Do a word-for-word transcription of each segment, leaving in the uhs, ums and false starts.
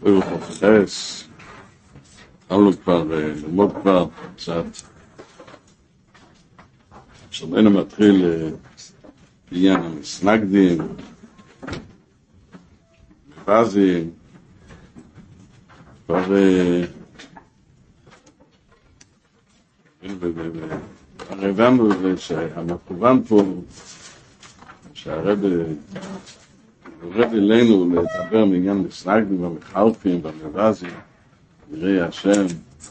ברוך החס, התחלנו כבר ללמוד כבר קצת. שמענו מתחיל בעניין המסנגדים, מבזים, כבר הבנו שהמכוון פה, שהרב יורד אלינו לדבר מעניין מסנגדים והמחלפים והמבזים, יראי השם.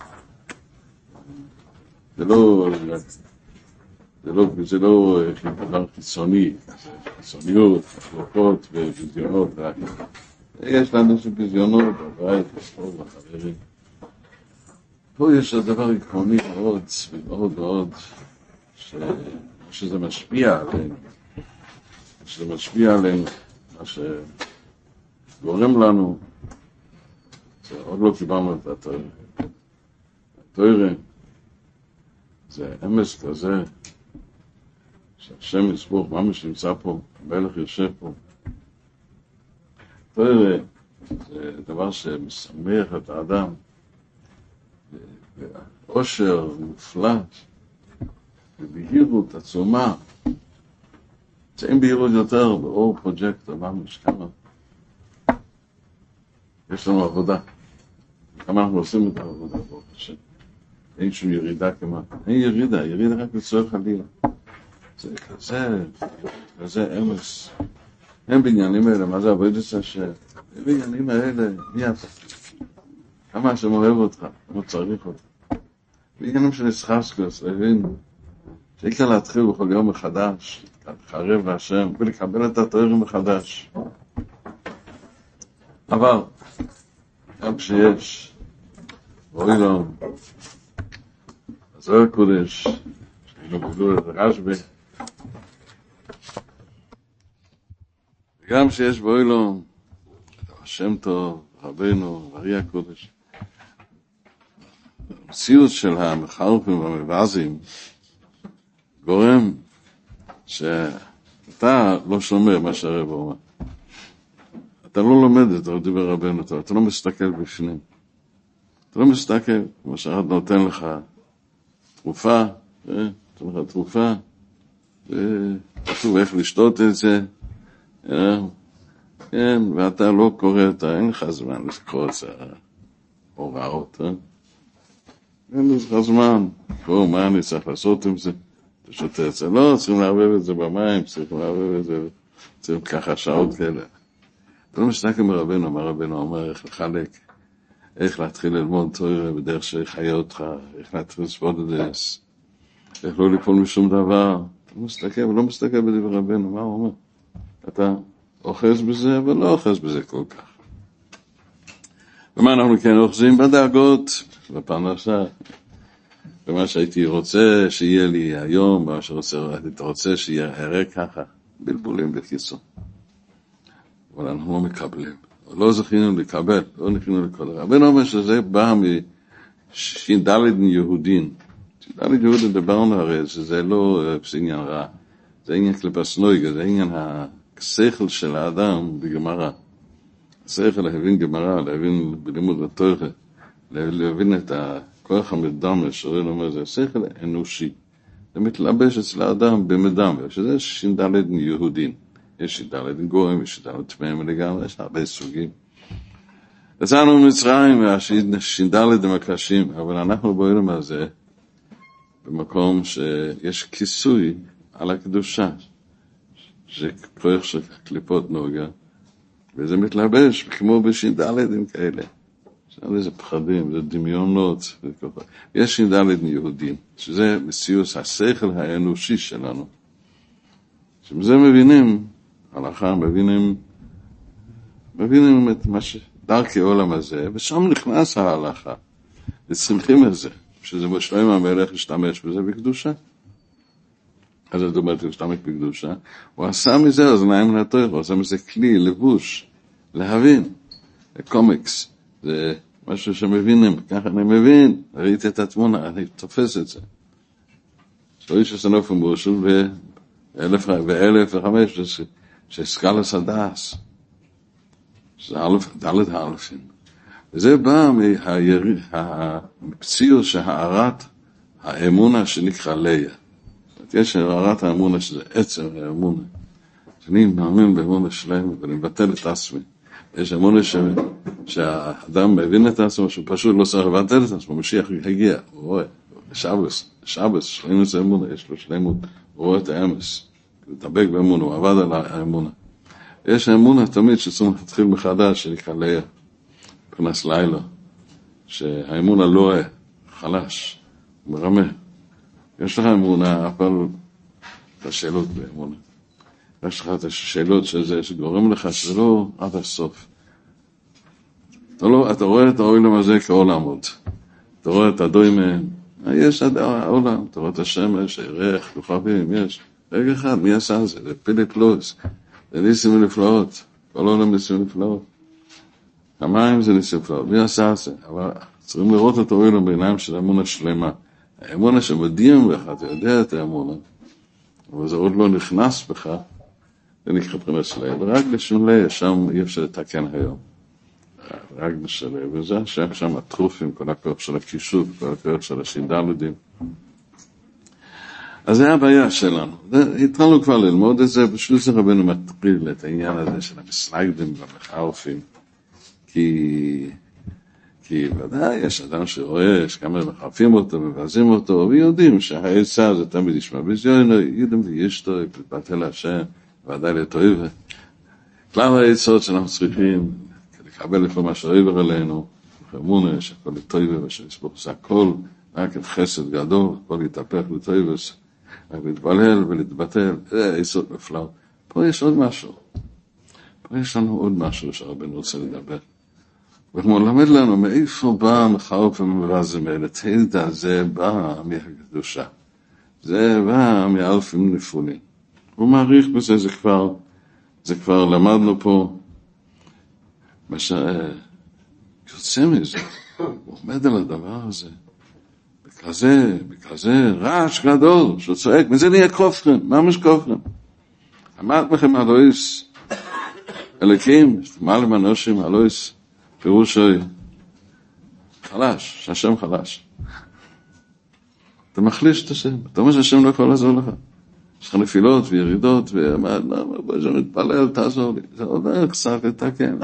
זה לא, זה לא, זה לא דבר חיצוני, חיצוניות, מחלוקות וביזיונות. יש לנו שביזיונות, בבית, בספור, בחברים. פה יש הדבר עקרוני מאוד, מאוד מאוד, ש... שזה משפיע עלינו. שזה משפיע עלינו, מה שגורם לנו. עוד לא קיבלנו את התורה. התורה זה אמס כזה, שהשם יסבור, ממש נמצא פה, המלך יושב פה. התורה זה דבר שמשמח את האדם, באושר מופלא, בבהירות עצומה. אין בהירות יותר, באור פרוג'קטור, ממש כמה. יש לנו עבודה. כמה אנחנו עושים את העבודה, ברוך השם. אין שום ירידה כמעט. אין ירידה, ירידה רק בצורך חלילה. זה כזה, כזה אמס. אין בעניינים האלה, מה זה עבודת השם? אין בעניינים האלה, מי אתה? כמה השם אוהב אותך, כמה צריך אותך. בעניינים של ישחקוס, להבין, שאי אפשר להתחיל בכל יום מחדש, להתחרב להשם, ולקבל את התורה מחדש. אבל, גם שיש, רואי לו, הזוהר קודש, שהיינו בגלול את הרשב"י, וגם שיש בואי לו, השם טוב, רבנו, ארי הקודש, המציאות של המחלפים והמבזים, גורם שאתה לא שומע מה שהרב אומר. אתה לא לומד את דבר רבנו, אתה, אתה לא מסתכל בפנים. אתה לא מסתכל, כמו שהרב נותן לך תרופה, אה, נותן לך תרופה, וכתוב איך לשתות את זה, אה, כן, ואתה לא קורא אותה, אין לך זמן לקרוא את ההוראות, אה? אין לך זמן, פה, מה אני צריך לעשות עם זה? אתה שותה את זה, לא, צריכים לערבב את זה במים, צריכים לערבב את זה, צריכים ככה שעות כאלה. אתה לא מסתכל מרבנו, מה רבנו אומר, איך לחלק, איך להתחיל ללמוד תורה בדרך שחיה אותך, איך להתחיל לספוד את זה, איך לא ליפול משום דבר. אתה לא מסתכל, ולא מסתכל בדבר רבנו, מה הוא אומר? אתה אוחז בזה, אבל לא אוחז בזה כל כך. ומה אנחנו כן אוחזים? בדאגות, בפרנסה, במה שהייתי רוצה שיהיה לי היום, במה שהייתי רוצה שיהיה ככה, בלבולים בקיצור. אבל אנחנו לא מקבלים, לא זכינו לקבל, לא נכינו לקבל. רבנו אומר שזה בא משינדלת יהודין. שינדלת יהודין דברנו הרי, שזה לא עניין רע, זה עניין קליפס נויגה, זה עניין השכל של האדם בגמרא. השכל להבין גמרא, להבין בלימוד התורה, להבין את הכוח המדמה, שרן אומר, זה השכל האנושי. זה מתלבש אצל האדם במדמה, שזה שינדלת יהודין. יש שינדלת גויים, יש שינדלת תמאים לגמרי, יש הרבה סוגים. יצאנו ממצרים, והשינדלת הם הקשים, אבל אנחנו בועלים על זה, במקום שיש כיסוי על הקדושה, שכוח של קליפות נוגה, וזה מתלבש כמו בשינדלתים כאלה. זה פחדים, זה דמיונות, יש שינדלת יהודים, שזה מציאות השכל האנושי שלנו. שמזה מבינים, הלכה, מבינים, מבינים את מה שדרכי עולם הזה, ושם נכנס ההלכה, וצריכים את זה, שזה בשלמה המלך השתמש בזה בקדושה. אז זאת אומרת, הוא השתמש בקדושה, הוא עשה מזה אוזניים לתורה, הוא עשה מזה כלי, לבוש, להבין, קומיקס, זה משהו שמבינים, ככה אני מבין, ראיתי את התמונה, אני תופס את זה. שלא יש הסנוף ומורשו ואלף וחמש עשרה, שסקלס הדס, שזה אלף, דלת האלפים. זה בא מהפציעו שהערת האמונה שנקרא ליה. יש הערת האמונה שזה עצם האמונה. שאני מאמין באמונה שלהם ואני מבטל את עצמי. יש אמונה ש... שהאדם מבין את עצמו, שהוא פשוט לא צריך לבטל את עצמו, משיח הגיע, הוא רואה, שבס, שבס, שלנו זה אמונה, יש לו שלמות, הוא רואה את האמס, הוא דבק באמונה, הוא עבד על האמונה. יש האמונה תמיד שצריך להתחיל מחדש, שנקרא ליה, פרנס לילה, שהאמונה לא רואה, חלש, מרמה. יש לך אמונה, אבל את השאלות באמונה. יש לך את השאלות שזה, שגורם לך שזה לא עד הסוף. אתה, לא, אתה רואה את העולם הזה כעולמות. אתה רואה את הדוימן, יש עד העולם, אתה רואה את השמש, הירח, כוכבים, יש. רגע אחד, מי עשה זה? זה פיליפ לוס. זה ניסים ונפלאות. כל עולם ניסים ונפלאות. המים זה ניסים ונפלאות. מי עשה זה? אבל צריכים לראות את העולם בעיניים של האמונה שלמה. האמונה שמדהים בך, אתה יודע את האמונה, אבל זה עוד לא נכנס בך, זה נקרא פרנס ליה, ורק לשון ליה, שם אי אפשר לתקן היום. רק לשון ליה, וזה שם, שם הטרופים, כל הכוח של הכישוף, כל הכוח של השינדלודים. אז זה הבעיה שלנו. התחלנו כבר ללמוד את זה, בשביל זה רבנו מטריל את העניין הזה של המסנגדים והמחרפים, כי... כי ודאי יש אדם שרואה, יש כמה מחרפים אותו, מבזים אותו, ויודעים שהעצה זה תמיד ישמע בזיונו, יודעים וישתו, יתבטל השם, ודאי לטויב. כלל העצות שאנחנו צריכים, לקבל לכל מה שעובר עלינו, אמונה, שהכל לטויב, ושנסבור זה הכל, רק את חסד גדול, הכל יתהפך לטויב, רק להתבלל ולהתבטל, זה עצות מפלאות. פה יש עוד משהו. פה יש לנו עוד משהו שהרבנו רוצה לדבר. והוא מלמד לנו מאיפה בא המחרף המבזים האלה, תדע, זה בא מהקדושה. זה בא מאלפים נפולים. הוא מעריך בזה, זה כבר, זה כבר למדנו פה, מה שיוצא מזה, הוא עומד על הדבר הזה, בכזה, בכזה רעש גדול, שהוא צועק, מזה נהיה כופרים, ממש כופרים. אמרת לכם אלוהיס, אלוקים, מה למנושים, אלוהיס, פירוש חלש, שהשם חלש. אתה מחליש את השם, אתה אומר שהשם לא יכול לעזור לך. יש לך נפילות וירידות, ואמר, לא, בואי שאני מתפלל, תעזור לי. זה עוד איך קצת לתקן.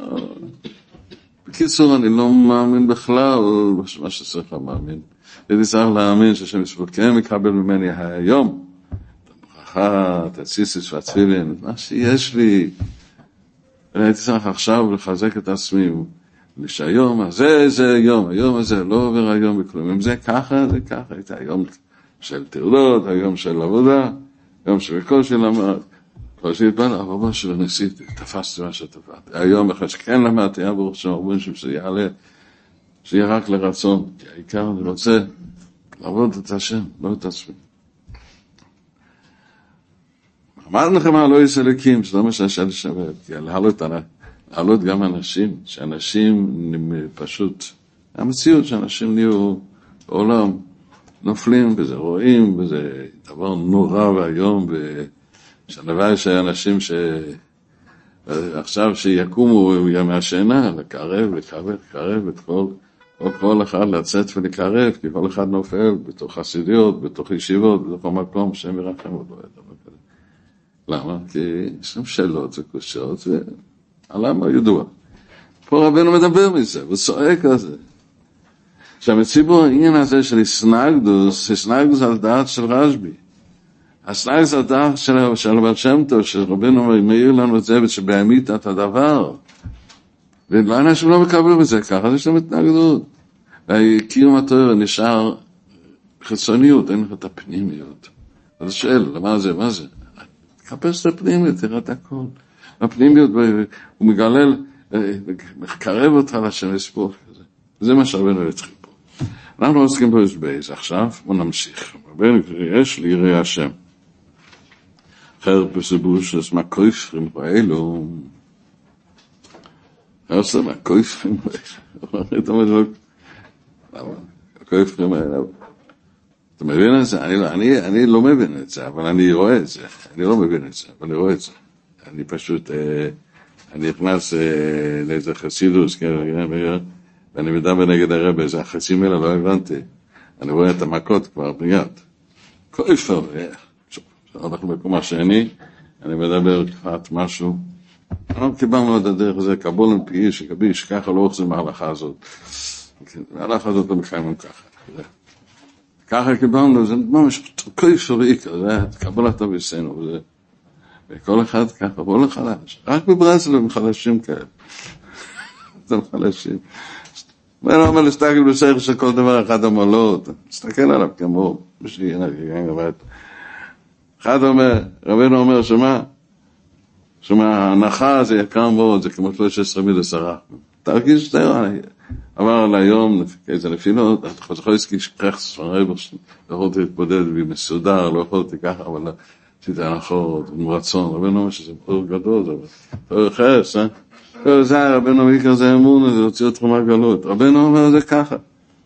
בקיצור, אני לא מאמין בכלל, מה שצריך מאמין. הייתי צריך להאמין שהשם יספוקם יקבל ממני היום. את הברכה, את הציסיס והתפילין, מה שיש לי. הייתי צריך עכשיו לחזק את עצמי, שהיום הזה זה היום, היום הזה לא עובר היום בכלום. אם זה ככה, זה ככה. הייתה היום של תרדות, היום של עבודה, היום של כל של למד. כל שהתבן, אבל מה שלא ניסיתי, תפסתי מה שתפסתי. היום אחד שכן למדתי, היה ברוך שם הרבה שזה יעלה, שיהיה רק לרצון. כי העיקר אני רוצה לעבוד את השם, לא את עצמי. אמרת לכם הלא יסלקים, שזה לא מה שהשאל שווה, כי להעלות, להעלות גם אנשים, שאנשים פשוט, המציאות שאנשים נהיו בעולם, נופלים וזה רואים, וזה דבר נורא והיום, ושהלוואי שאנשים שעכשיו שיקומו מהשינה, לקרב, לקרב, לקרב את כל, כל, כל אחד לצאת ולקרב, כי כל אחד נופל בתוך חסידיות, בתוך ישיבות, בתוך המקום, שם ירחם עוד לא ידע. למה? כי יש להם שאלות וקושות, והלמה ידוע. פה רבנו מדבר מזה, וצועק על זה. שהמציבור העניין הזה של הסנגדוס, הסנגדוס על דעת של רשבי. הסנגדוס על דעת של, של בר שם טוב, שרבנו מאיר לנו את זה, ושבאמית את הדבר. ואנשים לא מקבלים את זה ככה, אז יש להם התנגדות. והקיום התואר נשאר חיצוניות, אין לך את הפנימיות. אז שואל, למה זה, מה זה? תחפש את הפנימיות, תראה את הכל. הפנימיות, הוא מגלל, מקרב אותך לשם יספור כזה. זה מה שרבנו התחיל פה. אנחנו עוסקים פה בייס עכשיו, בוא נמשיך. רבנו יש לי יראה השם. חרפ וסבוש, מה כופרים באלו. חרפ מה כופרים באלו. אתה אומר, למה? כופרים באלו. אתה מבין את זה? אני לא, אני, אני לא מבין את זה, אבל אני רואה את זה. אני לא מבין את זה, אבל אני רואה את זה. אני פשוט, אה, אני נכנס אה, לאיזה חסידוס, ואני מדבר נגד הרבה, זה החצים האלה, לא הבנתי. אני רואה את המכות כבר ביד. כויפר, אנחנו במקום השני, אני מדבר קפת משהו. לא קיבלנו את הדרך הזה, קבול פי איש, כביש, ככה לא אוחזים מההלכה הזאת. ההלכה הזאת לא מקיימים ככה. ככה קיבלנו, זה ממש כויפר ועיקר, זה קבלת אביסנו, וזה... וכל אחד ככה, בוא לחלש. רק בברסלב הם חלשים כאלה. זה חלשים. ואני אומר להסתכל בשכל של כל דבר אחד אומר לא, תסתכל עליו כמו בשביל אחד אומר, רבינו אומר שמה? שמה, ההנחה זה יקר מאוד, זה כמו שלוש עשרה מיל עשרה. תרגיש שאתה אמר על היום, איזה נפילות, אתה יכול להסכים שכח ספרי, לא יכולתי להתבודד במסודר, לא יכולתי ככה, אבל עשיתי הנחות, עם רצון, רבינו אומר שזה פור גדול, זה פור חס, אה? זה רבנו מיקר זה אמון, זה הוציא אותך מהגלות. רבנו אומר זה ככה.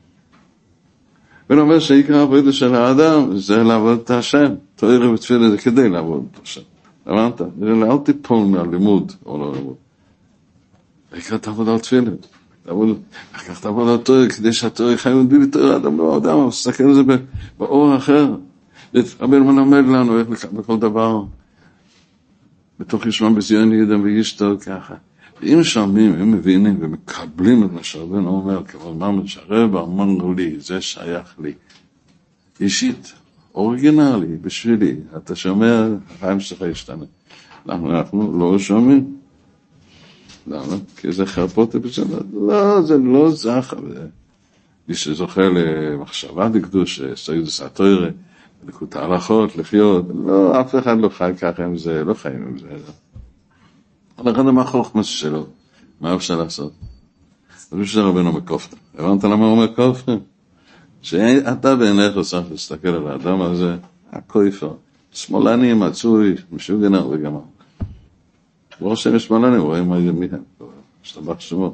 רבנו אומר שעיקר העבודה של האדם זה לעבוד את השם. תואר ותפילה זה כדי לעבוד את השם. הבנת? אל תיפול מהלימוד או לא לימוד. העיקר תעבוד על תפילה. כך תעבוד על תואר כדי שהתואר חיים בי בתואר האדם לא האדם, אבל תסתכל על זה באור אחר. רבנו מלמד לנו איך בכל דבר. בתוך ישמע בזיון ידם וישתו ככה. אם שומעים, הם מבינים ומקבלים את מה שרבנו אומר, כבר מה שהרב אמר לי, זה שייך לי. אישית, אורגינלי, בשבילי. אתה שומע, החיים שלך ישתנה. למה אנחנו לא שומעים? למה? כי זה חרפות בשבילה. לא, זה לא זכה. מי שזוכה למחשבה לקדוש, סוידוס התורה, לקות ההלכות, לחיות, לא, אף אחד לא חי ככה עם זה, לא חיים עם זה. אבל אחד המחוכמה שלו, מה אפשר לעשות? זה בשביל רבנו מקופתה. הבנת למה הוא אומר קופתה? שאתה בעיניך צריך להסתכל על האדם הזה, הכויפר, שמאלני, מצוי, משוגנר וגמר. לא שהם שמאלנים, רואים מה זה מיהם, שתבח שמו.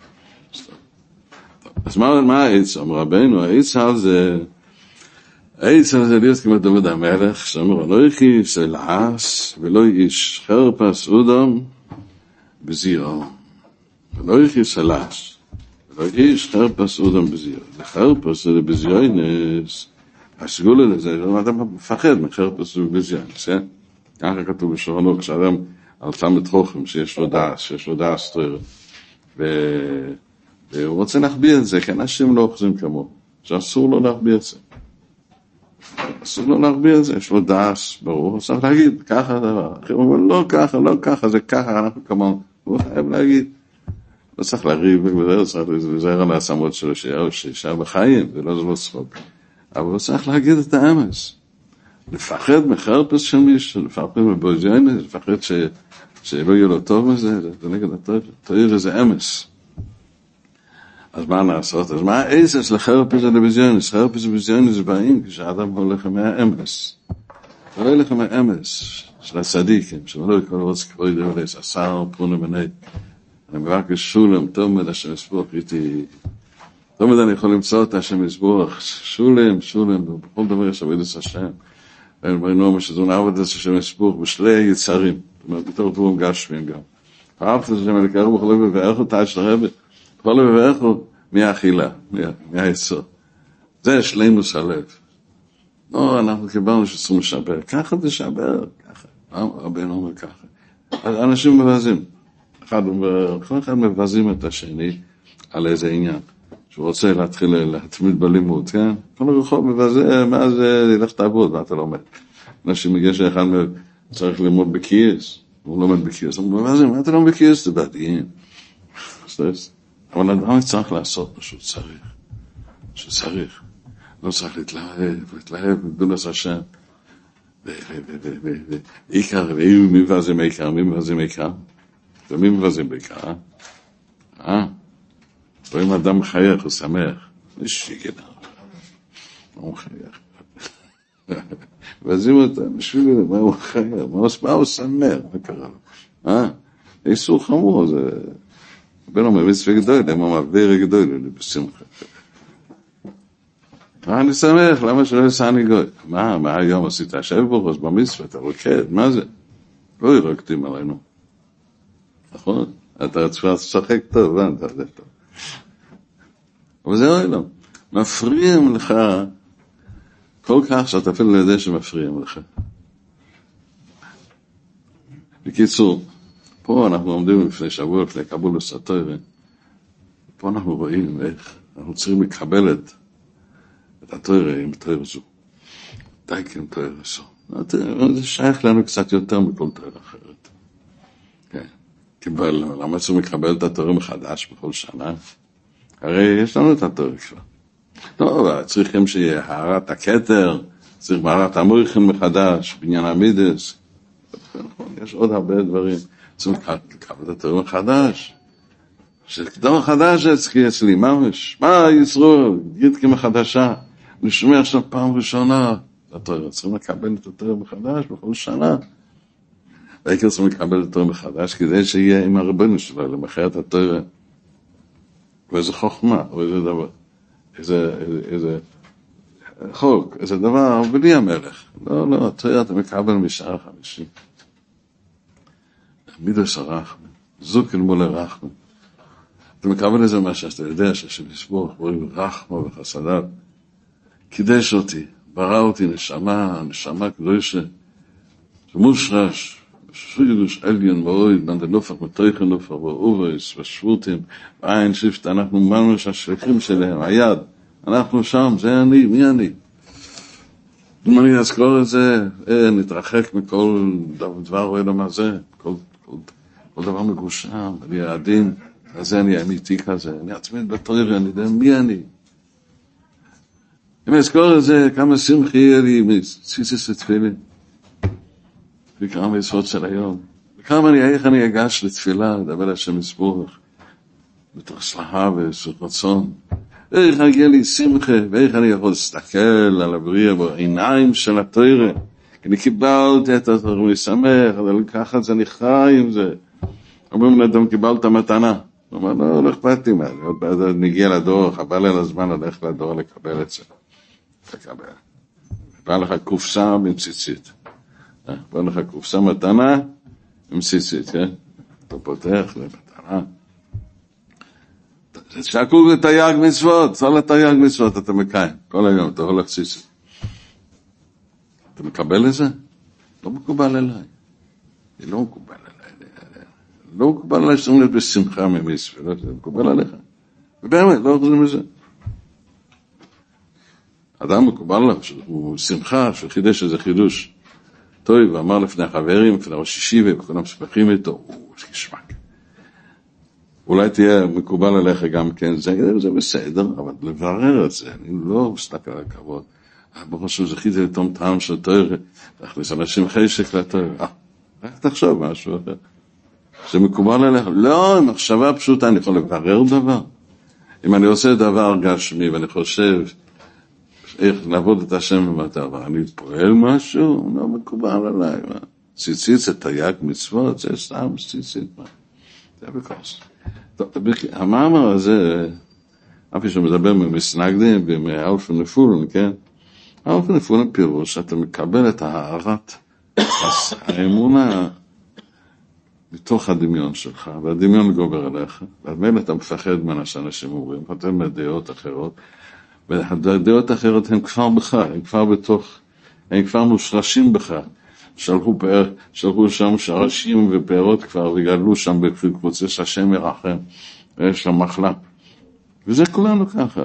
אז מה העץ? אמר רבנו, העץ הזה, העץ הזה להיות כמו דוד המלך, שאמר, לא יכיס אל עש, ולא איש חרפס אודם, בזירו, ולא יכיס אל עש, ולא איש חרפס אודם בזירו. לחרפס זה בזיונס, הסגולה לזה, אתה מפחד מחרפס ובזיונס, כן? ככה כתוב בשורנו, כשאדם על תלמיד חוכם, שיש לו דעס, שיש לו דעס תורה, והוא רוצה להחביא את זה, כי אנשים לא אוחזים כמו, שאסור לו להחביא את זה. אסור לו להחביא את זה, יש לו דעס, ברור, הוא צריך להגיד, ככה הדבר. הוא אומר, לא ככה, לא ככה, זה ככה, אנחנו כמובן, הוא חייב להגיד. לא צריך להריב, וזה צריך להיזהר על העצמות שלו, שישאר בחיים, ולא זה לא צחוק. אבל הוא צריך להגיד את האמס. לפחד מחרפס של מישהו, לפחד מבוזיונס, לפחד ש... שלא יהיה לו טוב מזה, זה נגד התואר איזה אמס. אז מה נעשות? אז מה העצס לחרפס ולבוזיונס? חרפס ובוזיונס באים כשאדם הולך מהאמס. זה לא הולך מהאמס של הצדיקים, שלא יקול רוץ כבוד דבלס, עשר פרונו בני. אני מבקש שולם, תומד השם יסבוך, איתי... תומד אני יכול למצוא את השם יסבוך, שולם, שולם, בכל דבר יש עבודת השם. ואומרים מה שזו נעבוד את השם יסבוך בשלי יצרים. זאת אומרת, בתור דברים גשמים גם. אהבת את השם אליקרו בכל לב ובערכו תאש לרבה. בכל לב ובערכו מהאכילה, מהיסוד. זה שלימוס הלב. לא, אנחנו קיבלנו שצריכים לשבר. ככה זה שבר, ככה. רבינו אומר ככה. אז אנשים מבזים. אחד אומר, כל אחד מבזים את השני על איזה עניין. שהוא רוצה להתחיל להתמיד בלימוד, כן? כל הרחוב מבזה, מה זה, ילך תעבוד, מה אתה לומד? אנשים מגיע שאחד צריך ללמוד בקייס, הוא לומד בקייס, הוא מבזה, מה אתה לומד בקייס? זה בעדיים. אבל אדם צריך לעשות מה שהוא צריך. שהוא צריך. לא צריך להתלהב, להתלהב, בדולס השם. ועיקר, מי מבזים עיקר? מי מבזים עיקר? ומי מבזים בעיקר? אה? רואים אדם חייך, הוא שמח. נשיקנה. הוא חייך. מבזים אותה, בשביל מה הוא חייך? מה הוא שמח? מה קרה לו? אה? איסור חמור, זה... בן אומר, מצווה גדול, הם אומר, מעביר גדול, אני בשמחה. מה אני שמח? למה שלא יעשה אני גוי? מה, מה היום עשית השב בוחס במצווה? אתה רוקד, מה זה? לא ירקדים עלינו. נכון? אתה רצפה לשחק טוב, אתה יודע טוב. אבל זה אוי לא. מפריעים לך כל כך שאתה אפילו לא יודע שמפריעים לך. בקיצור, פה אנחנו עומדים לפני שבוע, לפני קבולת התורה. פה אנחנו רואים איך אנחנו צריכים לקבל את, את התורה עם התורה זו. די כן תורה זו. זה שייך לנו קצת יותר מכל תורה אחרת. כן. קיבל, למה צריכים לקבל את התורה מחדש בכל שנה? הרי יש לנו את התורה כבר. לא, צריכים שיהיה הערת הכתר, צריך מערת המויכן מחדש, בניין המידס. יש עוד הרבה דברים. צריכים לקבל את התורה מחדש. שכתוב חדש אצלי, אצלי, ממש, מה ישרוד, גידקה מחדשה, נשמע עכשיו פעם ראשונה, התורה, צריכים לקבל את התורה מחדש בכל שנה, והעיקר צריכים לקבל את התורה מחדש, כדי שיהיה עם הרבנו שלו, למחר את התורה, ואיזה חוכמה, או איזה דבר, איזה, איזה, איזה חוק, איזה דבר, בלי המלך, לא, לא, התורה אתה מקבל משאר החמישי, מידס הרחמן, זוקן מול הרחמן, אתה מקבל לזה מה שאתה יודע, שהשם יסבור, רואים רחמה וחסדה, קידש אותי, ברא אותי נשמה, נשמה קדושה, שמושרש, שרידוש עליון מאוד, בנדלופך מתויכן נופך, ואובויס, ושבותים, בעין שיפט, אנחנו ממש השליחים שלהם, היד, אנחנו שם, זה אני, מי אני? אם אני אזכור את זה, אה, נתרחק מכל דבר רעיון הזה, כל, כל, כל דבר מגושם, ביעדים, אז אני אמיתי כזה, אני עצמית בתורה, אני יודע מי אני. אם אזכור את זה, כמה שמחי יהיה לי מציציס ותפילין, וכמה מצוות של היום, וכמה אני, איך אני אגש לתפילה, לדבר השם יסבורך, בתוך סלחה ורצון, ואיך אני אגיע לי שמחה, ואיך אני יכול להסתכל על הבריאה בעיניים של התורה, כי אני קיבלתי את התורה, ואני שמח, אבל ככה זה אני חי עם זה. אומרים לאדם, קיבלת מתנה. הוא אומר, לא, לא אכפת לי מה, עוד פעם נגיע לדור, חבל על הזמן ללכת לדור לקבל את זה. לקבל. בא לך קופסה עם ציצית. בא לך קופסה מתנה עם ציצית, כן? אתה פותח למתנה. שקול לתייג מצוות, כל לתייג מצוות אתה מקיים. כל היום אתה הולך ציצית. אתה מקבל את זה? לא מקובל אליי. זה לא מקובל אליי. לא מקובל עליי שצריכים להיות בשמחה ממצווה, זה מקובל עליך. ובאמת, לא אוכלים מזה. אדם מקובל עליו, הוא שמחה, שחידש איזה חידוש טוב, ואמר לפני החברים, לפני ראש ישיבה, וכולם שפכים איתו, הוא שמק. אולי תהיה מקובל עליך גם כן, זה, זה בסדר, אבל לברר את זה, אני לא מסתכל על הכבוד. ברור שהוא זכיתי לתום טעם של תורה, להכניס אנשים חשק לתורה. אה, רק תחשוב משהו אחר. זה מקובל עליך? לא, עם מחשבה פשוטה, אני יכול לברר דבר. אם אני עושה דבר גשמי, ואני חושב איך לעבוד את השם בדבר, אני פועל משהו, לא מקובל עליי. מה? ציצית זה תייג מצוות, זה סתם ציצית. מה? זה בקוס. המאמר הזה, אף שמדבר ממסנגדים ומאלף ונפולן, כן? אלף ונפולן פירוש, שאתה מקבל את הערת האמונה מתוך הדמיון שלך, והדמיון גובר עליך, והדמיון אתה מפחד מנה שאנשים אומרים, ואתה מדעות אחרות, והדעות האחרות הן כבר בך, הן כבר בתוך, הן כבר מושרשים בך, שלחו, פאר, שלחו שם שרשים ופארות כבר, וגדלו שם בקבוצה שהשם ירחם, ויש שם מחלה. וזה כולנו ככה.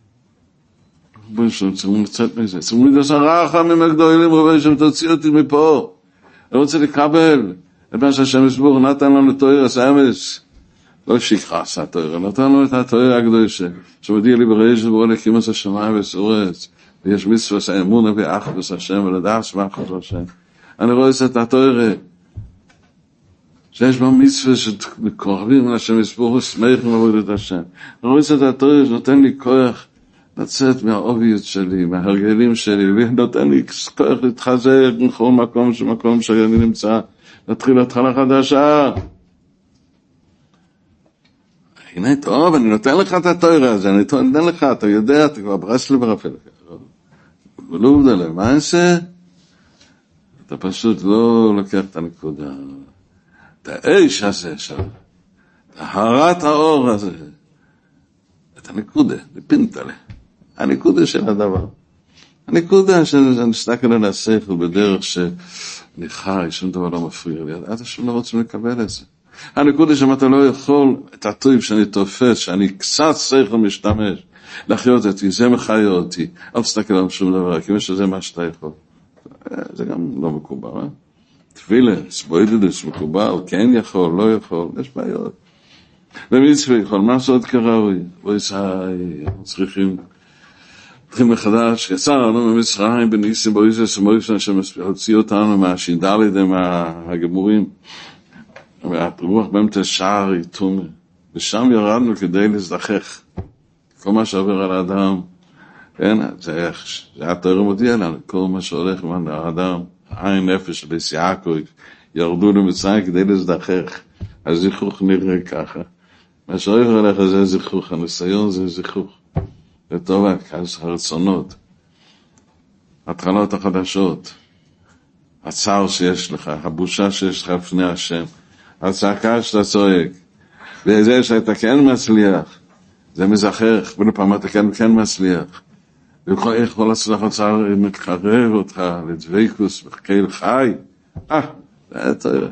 צריכים לצאת מזה, צריכים לדעת הרחם ממגדולים, רבי שם תוציא אותי מפה, אני רוצה לקבל, את מה שהשם יסבור נתן לנו תורה, אמס, לא שכחה עשה תורה, נתן לנו את התורה הקדושה, שמודיע לי בראש ובוא נקים את השמיים וסורץ, ויש מצווה האמונה ואחדות השם, ולדעת ואחדות השם. אני רואה את התורה, שיש בה מצווה שקורבים לשם יסבור ושמחים עבודת השם. אני רואה את התורה שנותן לי כוח לצאת מהאוביות שלי, מההרגלים שלי, ונותן לי כוח להתחזק מכל מקום שמקום שאני נמצא, להתחיל התחלה חדשה. הנה טוב, אני נותן לך את התורה הזה, אני נותן לך, אתה יודע, אתה כבר ברסלב רפל. לא עובדה להם, מה נעשה? אתה פשוט לא לוקח את הנקודה. את האש הזה שם, את הרת האור הזה, את הנקודה, לפינטלה. הנקודה של הדבר. הנקודה שאני מסתכל על השכל בדרך שאני חי, שום דבר לא מפריע לי. עד השם לא רוצים לקבל את זה. הנקודה שאם אתה לא יכול את הטוב שאני תופס, שאני קצת שכל משתמש, לחיות אותי, זה מחיה אותי. אל תסתכל על שום דבר, כי שזה מה שאתה יכול. זה גם לא מקובל, אה? תפילה, סבוידדס, מקובל, כן יכול, לא יכול, יש בעיות. ומצווה יכול, מה לעשות כראוי? בואי סעי, אנחנו צריכים, צריכים מחדש, יצרנו ממצרים בניסים בויזס ומויסן שהוציא אותנו מהשינדלידים הגמורים, והרוח באמצע שער יתומה, ושם ירדנו כדי להזדחך. כל מה שעובר על האדם, כן, זה התורה מודיע לנו, כל מה שהולך עם האדם, העין נפש של יעקב, ירדו למצרים כדי להזדחך. הזיכוך נראה ככה. מה שעובר עליך זה זיכוך, הניסיון זה זיכוך. זה טוב, הרצונות, התחלות החדשות, הצער שיש לך, הבושה שיש לך לפני השם, הצעקה שאתה צועק, וזה שאתה כן מצליח, זה מזכך, ולפעמים אתה כן, כן מצליח. ויכול יכול להצליח הצער מקרב אותך לדבקוס וחקל חי. אה, זה טוב.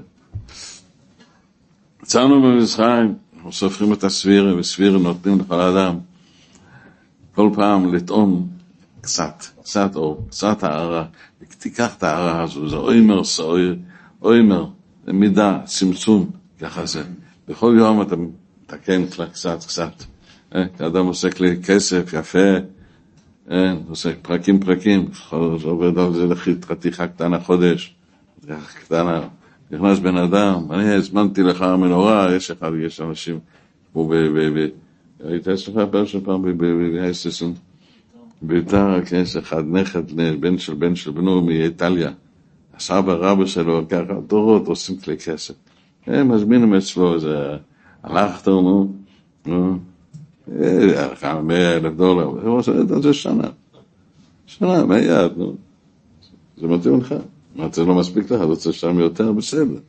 יצאנו במצרים, אנחנו סופרים את הסבירה, וסבירה נותנים לכל האדם. כל פעם לטעום קצת, קצת אור, קצת הערה, ותיקח את הערה הזו, זה אוימר סוער, אוימר, זה מידה, צמצום, ככה זה. בכל יום אתה מתקן קצת, קצת. כאדם עושה כלי כסף, יפה, עושה פרקים פרקים, עובד על זה לחתיכה קטנה חודש, קטנה, נכנס בן אדם, אני הזמנתי לך מנורה, יש אחד, יש אנשים, כמו ב... היית אצלך פעם פעם בהססון, ביתר, יש אחד נכד, בן של בן של בנו מאיטליה, הסבא רבא שלו, ככה, דורות עושים כלי כסף. הם מזמינים אצלו, זה הלכת, נו, נו, כמה מאה אלף דולר, הוא עושה את זה שנה, שנה, מיד, נו, זה מתאים לך, מה זה לא מספיק לך, זה רוצה שם יותר בסדר.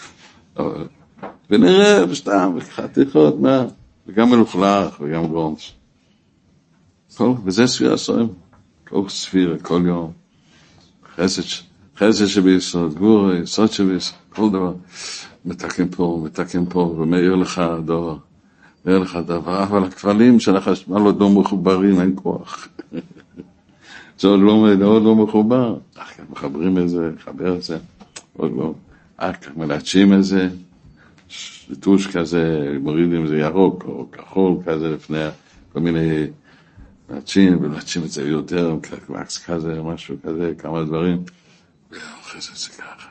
ונראה, וסתם, חתיכות, מה, וגם מלוכלך, וגם גרונץ. וזה ספיר הסורים, כל ספיר, כל יום, חסד, חסד שביסוד, גבור, יסוד שביסוד, כל דבר, מתקן פה, מתקן פה, ומאיר לך הדבר. מאיר לך דבר, אבל הכבלים של החשמל עוד לא מחוברים, אין כוח. זה עוד לא, עוד לא מחובר. אך כך מחברים את זה, מחבר את זה, עוד לא. אך כך מלאצ'ים את זה, ליטוש כזה, מורידים את זה ירוק, או כחול כזה, לפני כל מיני מלאצ'ים, ומלאצ'ים את זה יותר, קוואקס כזה, משהו כזה, כמה דברים. ואחרי זה זה ככה.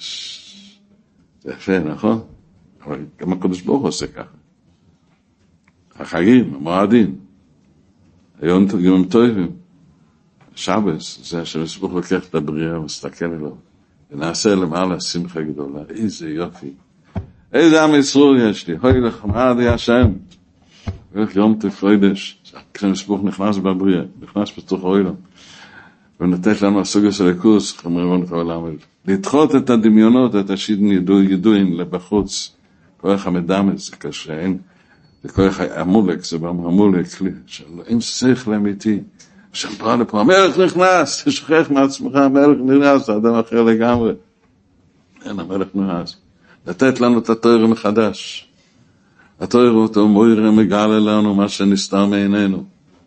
זה יפה, נכון? אבל גם הקדוש ברוך הוא עושה ככה. החגים, המועדים, היום הם טובים, שבס, זה שמסבוך לוקח את הבריאה ומסתכל אליו, ונעשה למעלה שמחה גדולה, איזה יופי, איזה עם ישראל יש לי, הוי לך, מה עדי השם, ואיך יום תפרידש, כשמסבוך נכנס בבריאה, נכנס בתוך האוילם, ונתת לנו הסוגיה של הקורס, חמרון לך עולם, לדחות את הדמיונות, את השידן ידועים לבחוץ, כל איך המדמת, זה קשה, אין, וכל איך המולק, זה במולק, אין שכל אמיתי, שם בא לפה, המלך נכנס, תשכח מעצמך, המלך נכנס, האדם אחר לגמרי. אין, המלך נכנס. לתת לנו את התואר מחדש. התואר אותו מוירה מגלה לנו מה שנסתר מעינינו.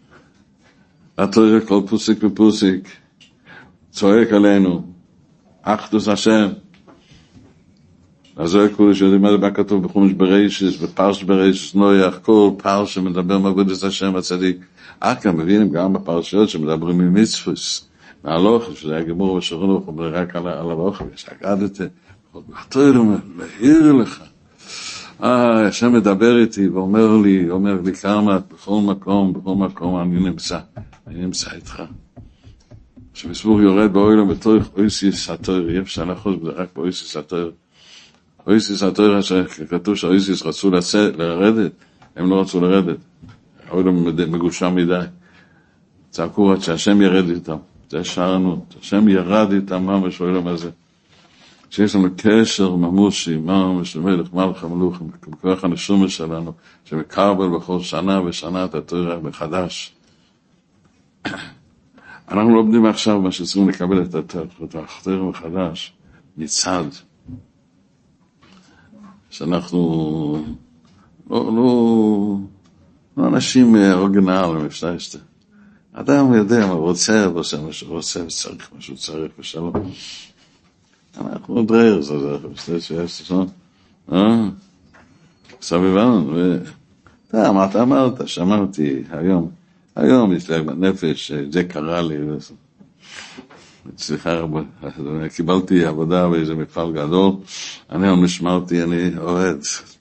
התואר כל פוסיק ופוסיק, צועק עלינו, אחדוס השם. אז זה כולי שיודעים מה זה מה כתוב בחומש בראשיס, בפרש בראשיס נויח, כל פרש שמדבר מעבודת השם הצדיק. אך כאן מבינים גם בפרשיות שמדברים ממצווס, מהלוך, שזה היה גמור ושרון וכו' רק על הלוך, ושקדתי, התואר להעיר לך. אה, השם מדבר איתי ואומר לי, אומר לי כמה, בכל מקום, בכל מקום אני נמצא, אני נמצא איתך. שמסבור יורד באוילם בתורך אויסיס התואר, אי אפשר לחוש בזה רק באויסיס התואר. אויסיס התואר, כתוב שהאויסיס רצו לרדת, הם לא רצו לרדת. האוילם מגושם מדי. צעקו עד שהשם ירד איתם. זה שערנות. השם ירד איתם ממש האוילם הזה. שיש לנו קשר ממושי, ממש מלך מלך המלוכים, בכוח הנשום שלנו, שמקבל בכל שנה ושנה את התורה מחדש. אנחנו לומדים עכשיו מה שצריכים לקבל את התורה מחדש, מצד. שאנחנו לא, לא, לא אנשים אורגנליים, אפשר שתה. אדם יודע מה רוצה, ועושה מה שהוא רוצה, וצריך מה שהוא צריך, ושלום. אנחנו דרר, זה זה, ושתה שיש, זה, אה? עכשיו הבנו, אתה אמרת, אמרת, שמרתי היום, היום יש לי בנפש, זה קרה לי, סליחה רבה, קיבלתי עבודה באיזה מפעל גדול, אני היום נשמרתי, אני עובד,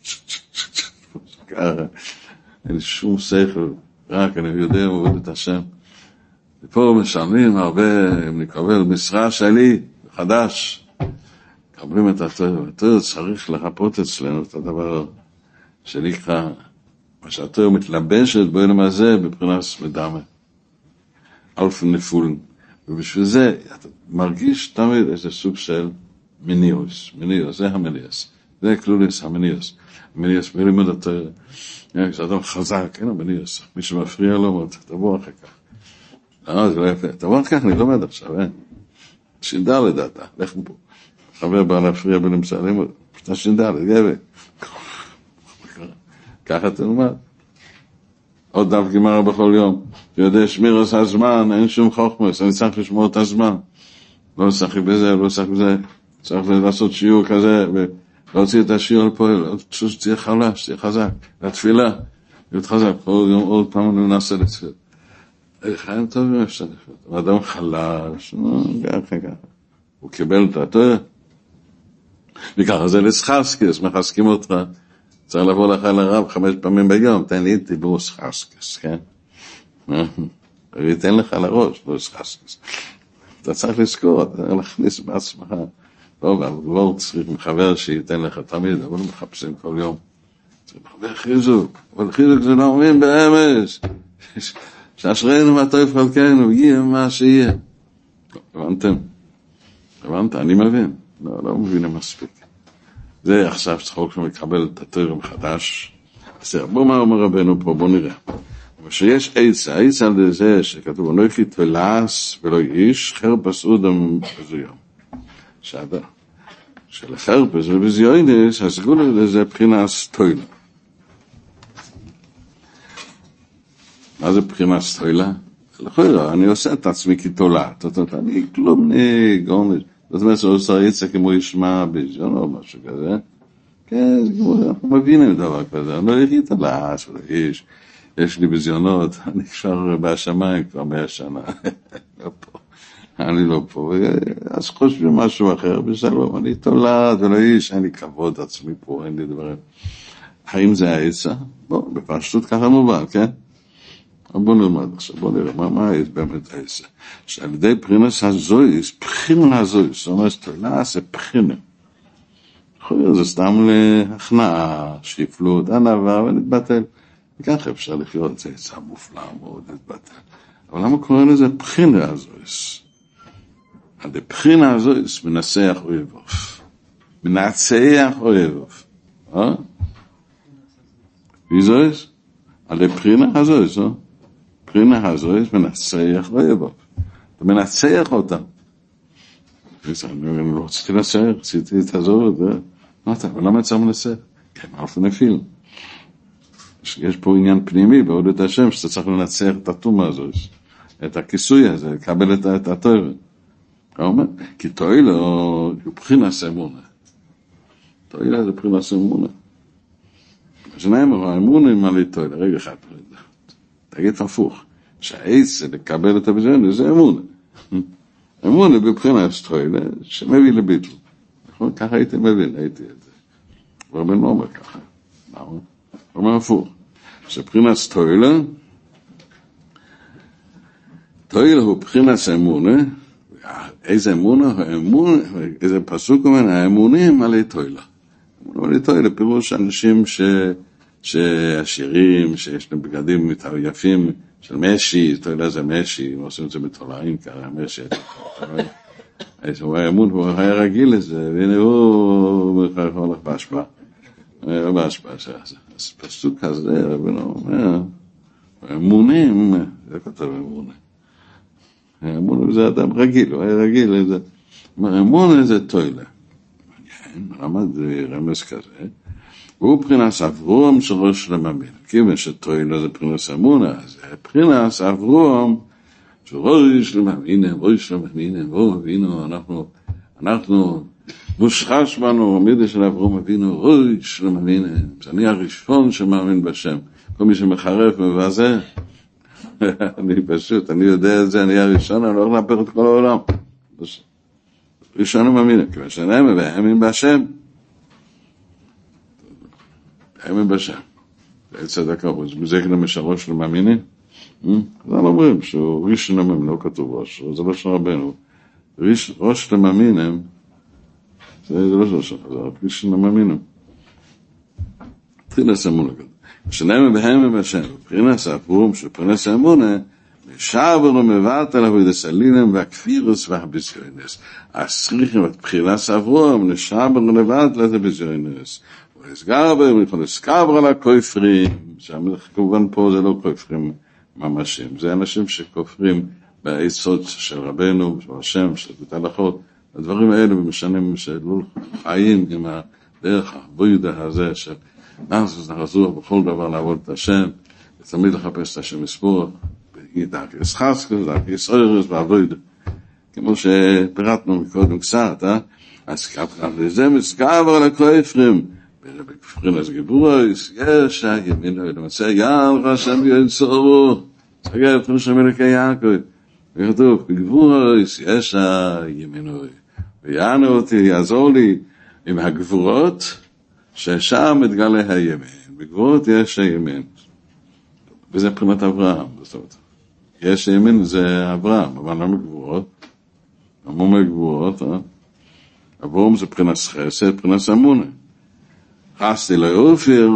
ככה, אין לי שום שכל, רק אני יודע, עובד את השם. ופה משלמים הרבה, אם נקבל משרה שלי, חדש, קבלים את התואר, התואר צריך לחפות אצלנו את הדבר שנקרא, מה שהתואר מתלבשת בעולם הזה, בבחינת מדמה, אלף נפולים. ובשביל זה, אתה מרגיש תמיד איזה סוג של מניוס, מניוס, זה המניוס, זה כלוליס המניוס, המניוס בלימוד התואר, כשאדם חזק, אין המניוס, מי שמפריע לו, תבוא אחר כך. לא, זה לא יפה, תבוא אחר כך, אני לומד עכשיו, אין. שינדה לדעתה, לך מפה. חבר בא להפריע בלמצא לימוד, אתה שינדה, לגבי. ככה תלמד. עוד דף גמרא בכל יום. שיודע שמיר עושה הזמן, אין שום חוכמוס, אני צריך לשמור את הזמן. לא צריך בזה, לא צריך בזה. צריך לעשות שיעור כזה, ולהוציא את השיעור לפועל. פשוט תהיה חלש, תהיה חזק. לתפילה, להיות חזק. עוד יום, עוד פעם אני נעשה לתפילה. חיים טובים אפשר לתפילה. אדם חלש, ככה, ככה. הוא קיבל את התואר. וככה זה לסחרסקס, מחזקים אותך. צריך לבוא לך לרב חמש פעמים ביום, תן לי דיבור סחרסקס, כן? ותן לך לראש, לא סחרסקס. אתה צריך לזכור, אתה צריך להכניס בעצמך. לא, אבל לא צריך מחבר שייתן לך תמיד, אבל מחפשים כל יום. צריך מחבר חיזוק, אבל חיזוק זה לא אומרים באמס. שאשרנו מה טוב חלקנו, יהיה מה שיהיה. הבנתם? הבנת? אני מבין. לא, לא מבינים מספיק. זה עכשיו שחוק שמקבל את התואר מחדש. אז בואו מה אומר רבנו פה, בואו נראה. שיש עצה, עצה על זה שכתוב, לא יכי תולעס ולא איש, חרפס אודם בזויון. שעדה. שלחרפס ובזיונס, הסגול לזה בחינס תוילה. מה זה בחינס תוילה? לכאורה, אני עושה את עצמי כתולע. אני כלום גורנש. זאת אומרת, הוא עושה עצה כמו ישמע בזיון או משהו כזה. כן, זה כמו, אנחנו מבינים דבר כזה. אני לא ירית על האש ולא איש. יש לי בזיונות, אני כבר בשמיים כבר מאה שנה. לא פה. אני לא פה. אז חושבים משהו אחר, בשלום, אני תולעת ולא איש, אין לי כבוד עצמי פה, אין לי דברים. האם זה העצה? בוא, בפשטות ככה מובן, כן? בוא נלמד עכשיו, בוא נראה, מה, מה יש באמת העצה? שעל ידי בחינס הזויס, בחינה הזויס, זאת אומרת, תולעה זה בחינה. זה סתם להכנעה, שיפלות, ענווה ונתבטל. וככה אפשר לחיות, זה עצה מופלאה מאוד, נתבטל. אבל למה קוראים לזה בחינה הזויס? על ידי בחינה הזויס, מנסח אויבוב. מנצח אויבוב. אה? wie soll es? Alle Prina הזויס, לא? פרינה הזויס מנצח אויבוב. אתה מנצח אותם. אני לא רציתי לנצח, רציתי להתעזור את זה. מה אתה, אבל למה צריך מנצח? כן, אלף נפיל. יש פה עניין פנימי בעוד את השם, שאתה צריך לנצח את התומה הזויס. את הכיסוי הזה, לקבל את, את התואר. אתה אומר, כי תואילה הוא פרינס אמונה. תואילה זה פרינס אמונה. שנאמר, האמונה עם עלי תואילה. רגע אחד, תגיד הפוך. שהעץ לקבל את הבזיון, זה אמונה. אמונה בבחינס תואילה, שמביא לביטל. נכון? ככה הייתי מבין, הייתי את זה. אבל בן לא אומר ככה. הוא אומר הפוך. שבחינס תואילה, תואילה הוא בחינס אמונה, איזה אמונה? האמונה, איזה פסוק אומר, האמונים עלי תואילה. אמונים עלי תואילה, פירוש אנשים ש... שעשירים, שיש להם בגדים יפים של משי, תואילה זה משי, הם עושים את זה בתולעים, ככה משי, הוא היה אמון, הוא היה רגיל לזה, והנה הוא הולך בהשפעה. לא בהשפעה, אז פסוק כזה, רבינו אומר, אמונים, זה כתב אמונה. אמונה זה אדם רגיל, הוא היה רגיל לזה. אמונה זה תוילה. למד רמז כזה, והוא פרינס אברום של ראש למאמין. כיוון שתוילה זה פרינס אמונה, אז זה פרינס אברום של ראש למאמין, ראש למאמין, בואו אבינו, אנחנו, אנחנו, מושחש בנו, עמידה של אברום אבינו, ראש למאמין, זה אני הראשון שמאמין בשם. כל מי שמחרף מבזה, אני פשוט, אני יודע את זה, אני הראשון, אני לא הולך להפך את כל העולם. ראשון ומאמין, כיוון שאני מאמין בשם. מאמין בשם. זה צדק הראש. זה כדי משרוש למאמינים. זה לא אומרים שהוא ראשון ומאמין, לא כתוב ראש. זה לא של רבנו. ראש למאמינים, זה לא של רבנו, זה ראשון למאמינים. תחילס אמונה כזה. כשנאמר בהאמין בשם, פרינס הפרום של פרינס האמונה, משבר ומבט על הוידסלינם והכפירוס והביזיונס. הסריכים את בחילס אברום, נשבר ולבט על הביזיונס. ונסגר בהם, יכול לסקבר על הכופרים, כמובן פה זה לא כופרים ממשים, זה אנשים שכופרים בעצות של רבנו, של השם, של בתהלכות, הדברים האלה משנים שלא חיים עם הדרך הבוידה הזה, של נעזוז נחזור בכל דבר לעבוד את השם, ותמיד לחפש את השם מספור, דרכי ישחסקוס, דרכי ישערס והבוידה, כמו שפירטנו מקודם קצת, אה? אז זה מסגבר על הכופרים, בבפרינס גיבורס, יש הימין ולמצא יעל רשם יצורו, סגר פרשם מלכי יעקב, וכתוב, בגבורס יש הימין ויענו אותי, יעזור לי עם הגבורות, ששם מתגלה הימין, בגבורות יש הימין, וזה מבחינת אברהם, זאת אומרת, יש הימין זה אברהם, אבל לא מגבורות, לא מגבורות, אה? אברהם זה מבחינת חסד, מבחינת אמונה, חסתי לאופיר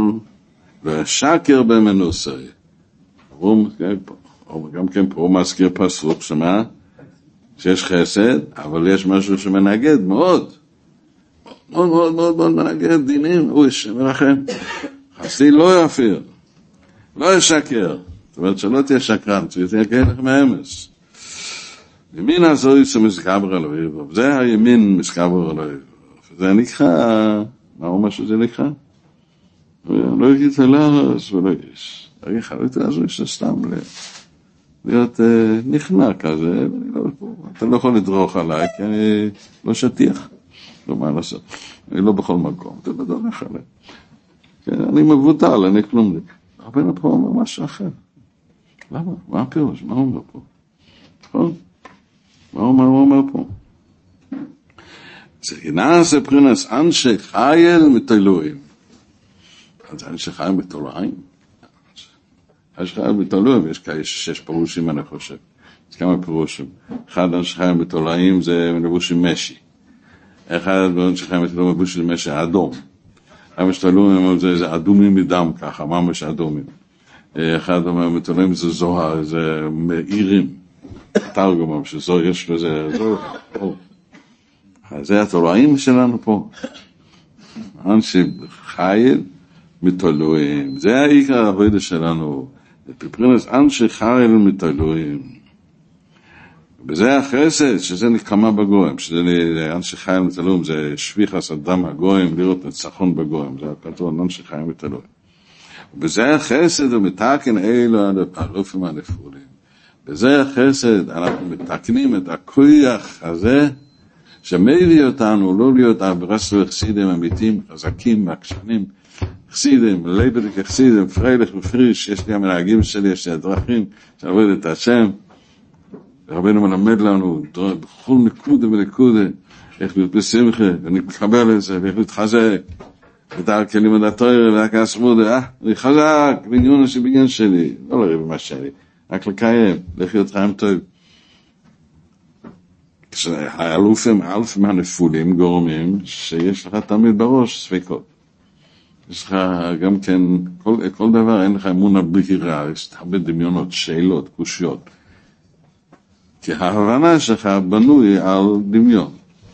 ושקר במנוסי. אברום, גם כן פה הוא מזכיר פסוק, שמה? שיש חסד, אבל יש משהו שמנגד מאוד. מאוד מאוד מאוד מאוד מנגד דינים, הוא שמרחם. חסתי לא יפיר, לא ישקר. זאת אומרת שלא תהיה שקרן, תהיה כהלך מאמס. ימין הזוי שמסגבר על אוהב. זה הימין מסגבר על אוהב. זה נקרא... מה אומר שזה נקרא? לא יגיד אלאס ולא יש. הרי חלותי הזו יש סתם להיות נכנע כזה, אתה לא יכול לדרוך עליי, כי אני לא שטיח. לא מה לעשות. אני לא בכל מקום, אתה לא דורך עליי. אני מבוטל, אני כלום. רבנו פה אומר משהו אחר. למה? מה הפירוש? מה הוא אומר פה? נכון? מה הוא אומר פה? זה נעשה פרינס אנשי חייל מתולויים. אז אנשי חייל מתולויים? אנשי חייל מתולויים, יש כאלה שש פירושים אני חושב. יש כמה פירושים. אחד אנשי חייל מתולויים זה לבושים משי. אחד אנשי חייל מתולויים לבושים משי האדום. המתולויים זה אדומים מדם ככה, ממש אדומים. אחד המתולויים זה זוהר, זה מאירים. תרגום, שזוהר יש לזה, זוהר. זה התולעים שלנו פה. אנשי חייל מתולויים. זה העיקר העבודה שלנו. בפרינס אנשי חייל מתולויים. וזה החסד, שזה נקמה בגויים. שזה אנשי חייל מתולויים, זה שפיכת הדם הגויים, לראות ניצחון בגויים. זה הכתוב אנשי חייל מתולויים. ובזה החסד ומתקן אלו הרופאים הנפולים. בזה החסד אנחנו מתקנים את הכוח הזה, שמביא אותנו לא להיות אברסו החסידים אמיתיים, חזקים, עקשנים, חסידים, ליבדיק החסידים, פרייליך ופריש, יש לי המנהגים שלי, יש לי הדרכים, שאני עובד את השם, ורבנו מלמד לנו, בכל נקודה ונקודה, איך להיות בשמחה, ואני מקבל את זה, ואיך להתחזק, ודאר כלים עד התויר, ורק הסמודה, אה, אני חזק, בעניין שבעניין שלי, לא לריב מה שלי, רק לקיים, לחיות חיים טוב. האלופים, האלופים הנפולים גורמים שיש לך תמיד בראש ספקות. יש לך גם כן, כל, כל דבר אין לך אמונה בהירה, יש הרבה דמיונות, שאלות, קושיות. כי ההבנה שלך בנוי על דמיון.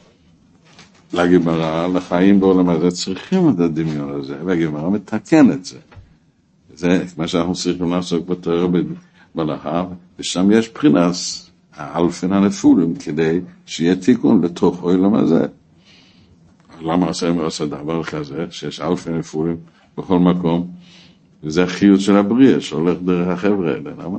לגמרא, לחיים בעולם הזה צריכים את הדמיון הזה, והגמרא מתקן את זה. זה מה שאנחנו צריכים לעסוק בתורה בלהב, ושם יש בחינס האלפין הנפולים כדי שיהיה תיקון לתוך העולם הזה. למה השם עושה דבר כזה, שיש אלפין נפולים בכל מקום, וזה החיות של הבריאה שהולך דרך החבר'ה האלה, למה?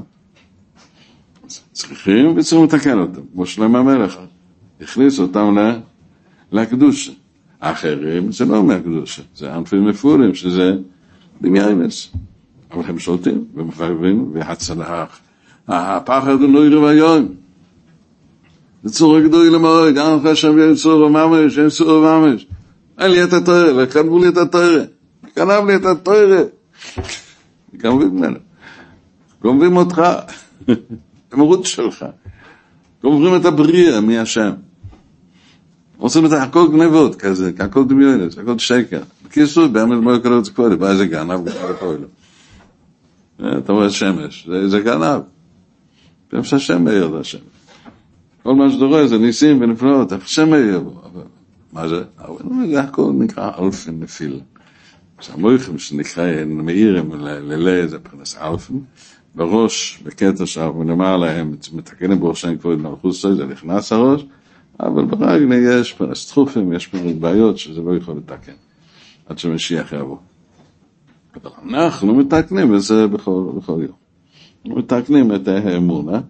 צריכים וצריכים לתקן אותם, כמו שלמה המלך הכניס אותם לקדושה. האחרים זה לא מהקדושה, זה אלפין נפולים, שזה דמיינס. אבל הם שולטים ומפרבים והצלה. הפחד הוא נוירי והיום. זה צורה גדוי למרוד, אין לך שם אין צורה ממש, אין צורה ממש. אין לי את התורה, וקנבו לי את התורה. קנב לי את התורה. גנבים ממנו. גונבים אותך. המרות שלך. גונבים את הבריאה מהשם. עושים את הכל גנבות כזה, הכל דמיונס, הכל שקר. בקיסוי, באמת מה יקרה את זה קודם, איזה גנב גנב הפועלו. אתה רואה שמש, זה, זה גנב. גם שהשם מאיר את השמש. כל מה שאתה רואה זה ניסים ונפלאות, השם מאיר בו. מה זה? זה הכל נקרא אלפין נפיל. שהמויכים שנקרא מאירים ללי זה פרנס אלפין, בראש, בקטע שאנחנו נאמר להם, מתקנים בראשם כבר את מלכות סוי, זה נכנס הראש, אבל ברגע יש פרנס תחופים, יש פרנס בעיות שזה לא יכול לתקן, עד שמשיח יבוא. אבל אנחנו מתקנים בזה בכל, בכל יום. מתקנים את האמונה.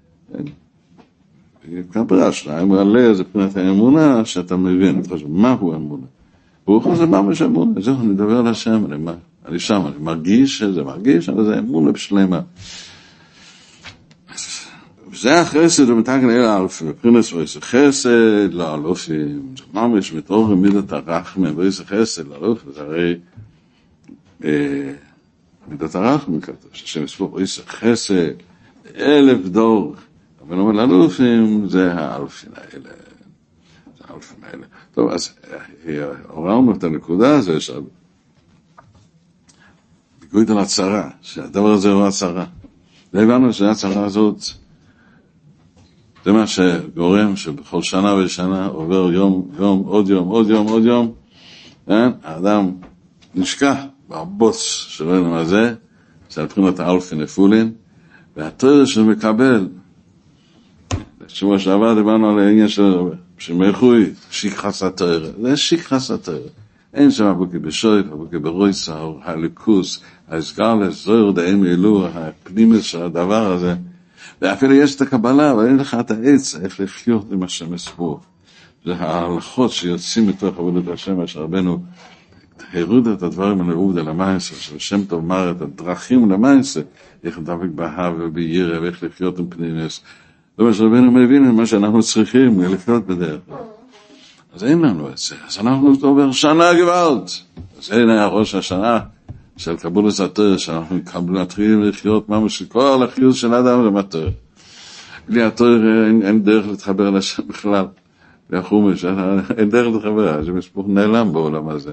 כברה שלהם, ועלה זה פנת האמונה שאתה מבין. מהו האמונה? ברוך הוא זה ממש אמונה. זהו, אני מדבר על השם, אני, אני שם, אני מרגיש שזה מרגיש, אבל זה אמונה בשלמה. וזה החסד ומתקן אל האלף, בפרינס ואיזה חסד לאלופים, זה ממש מתאור מידת הרחמים, ואיזה חסד לאלופים, זה הרי מידת הרחמים כתוב, שהשם יספור איזה חסד, אלף דור, אבל אומר לאלופים, זה האלפים האלה, זה האלפים האלה. טוב, אז הוררנו את הנקודה הזו, שם, בגוית על הצרה, שהדבר הזה הוא הצרה. והבנו שהצרה הזאת, זה מה שגורם שבכל שנה ושנה עובר יום, יום, עוד יום, עוד יום, עוד יום, האדם נשכח בבוץ שלנו הזה, זה על בחינת האלפין נפולין, והתורה שמקבל, שבוע שעבר דיברנו על העניין של שמחוי, שיק חסה תורה, זה שיק חסה תורה. אין שם אבוקי בשויף, אבוקי ברויסה, הליכוס, הסגלס, זוהר דאים אלו, הפנימוס של הדבר הזה, ואפילו יש את הקבלה, אבל אין לך את העץ, איך לחיות עם השם אספור. זה ההלכות שיוצאים מתוך עבודת השם, אשר רבנו הוריד את הדברים הנעוד על המייסר, שבשם טוב מר את הדרכים למייסר, איך לדבק באהב ובירא, ואיך לחיות עם פנימוס. זה מה שרבנו מבין, מה שאנחנו צריכים, לחיות בדרך. אז אין לנו את זה, אז אנחנו עובר שנה גבלת. אז אין היה ראש השנה, של קבולת התורה, שאנחנו נתחיל לחיות ממש כל החיוס של האדם למטרה. בלי התורה אין, אין דרך להתחבר לשם בכלל. והחומש, אין דרך להתחבר, זה מספור נעלם בעולם הזה.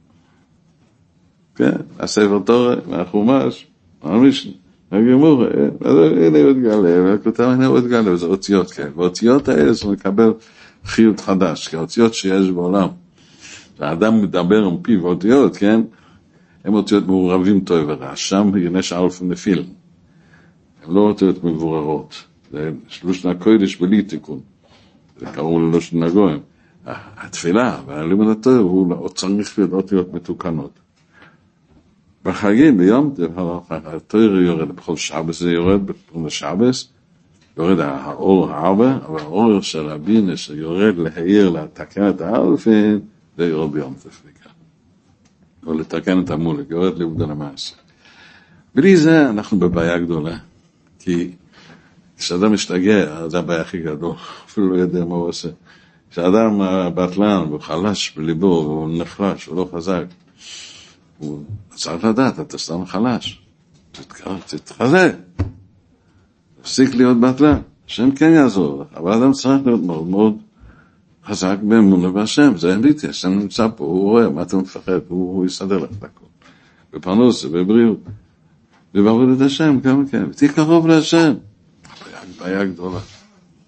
כן, הספר תורה, מהחומש, מהמשנה, הגמור, הנה הוא התגלה, והכותב הנה הוא התגלה, וזה אותיות, כן. והאותיות האלה זה מקבל חיות חדש, כי האותיות שיש בעולם. האדם מדבר עם פיו אותיות, כן? הם אותיות מעורבים טוב ורע, שם ינש אלף נפיל. הם לא אותיות מבוררות. זה שלושן הקודש בלי תיקון. זה קראו ללושן הגויים. התפילה והלימוד התורה הוא צריך להיות אותיות מתוקנות. בחגים, ביום, התורה יורד, בכל שבס זה יורד, בפרום השבס, יורד האור הארבע, אבל האור של הבינה שיורד להעיר, לתקן את האלפין, זה יורד ביום תפליקה. או לתקן את המולק, יורד לעבוד על המעשה. בלי זה אנחנו בבעיה גדולה, כי כשאדם משתגע, זה הבעיה הכי גדול, אפילו לא יודע מה הוא עושה. כשאדם בטלן, הוא חלש בליבו, הוא נחלש, הוא לא חזק, הוא צריך לדעת, אתה סתם חלש. תתחזק. תפסיק להיות בטלן. השם כן יעזור לך, אבל אדם צריך להיות מאוד מאוד חזק באמונה בהשם. זה אין ביתי, השם נמצא פה, הוא רואה, מה אתה מפחד? הוא, הוא יסדר לך את הכל. בפרנוס, בבריאות. ובעבודת השם, כמה כן. ותהיה קרוב להשם. בעיה, בעיה גדולה.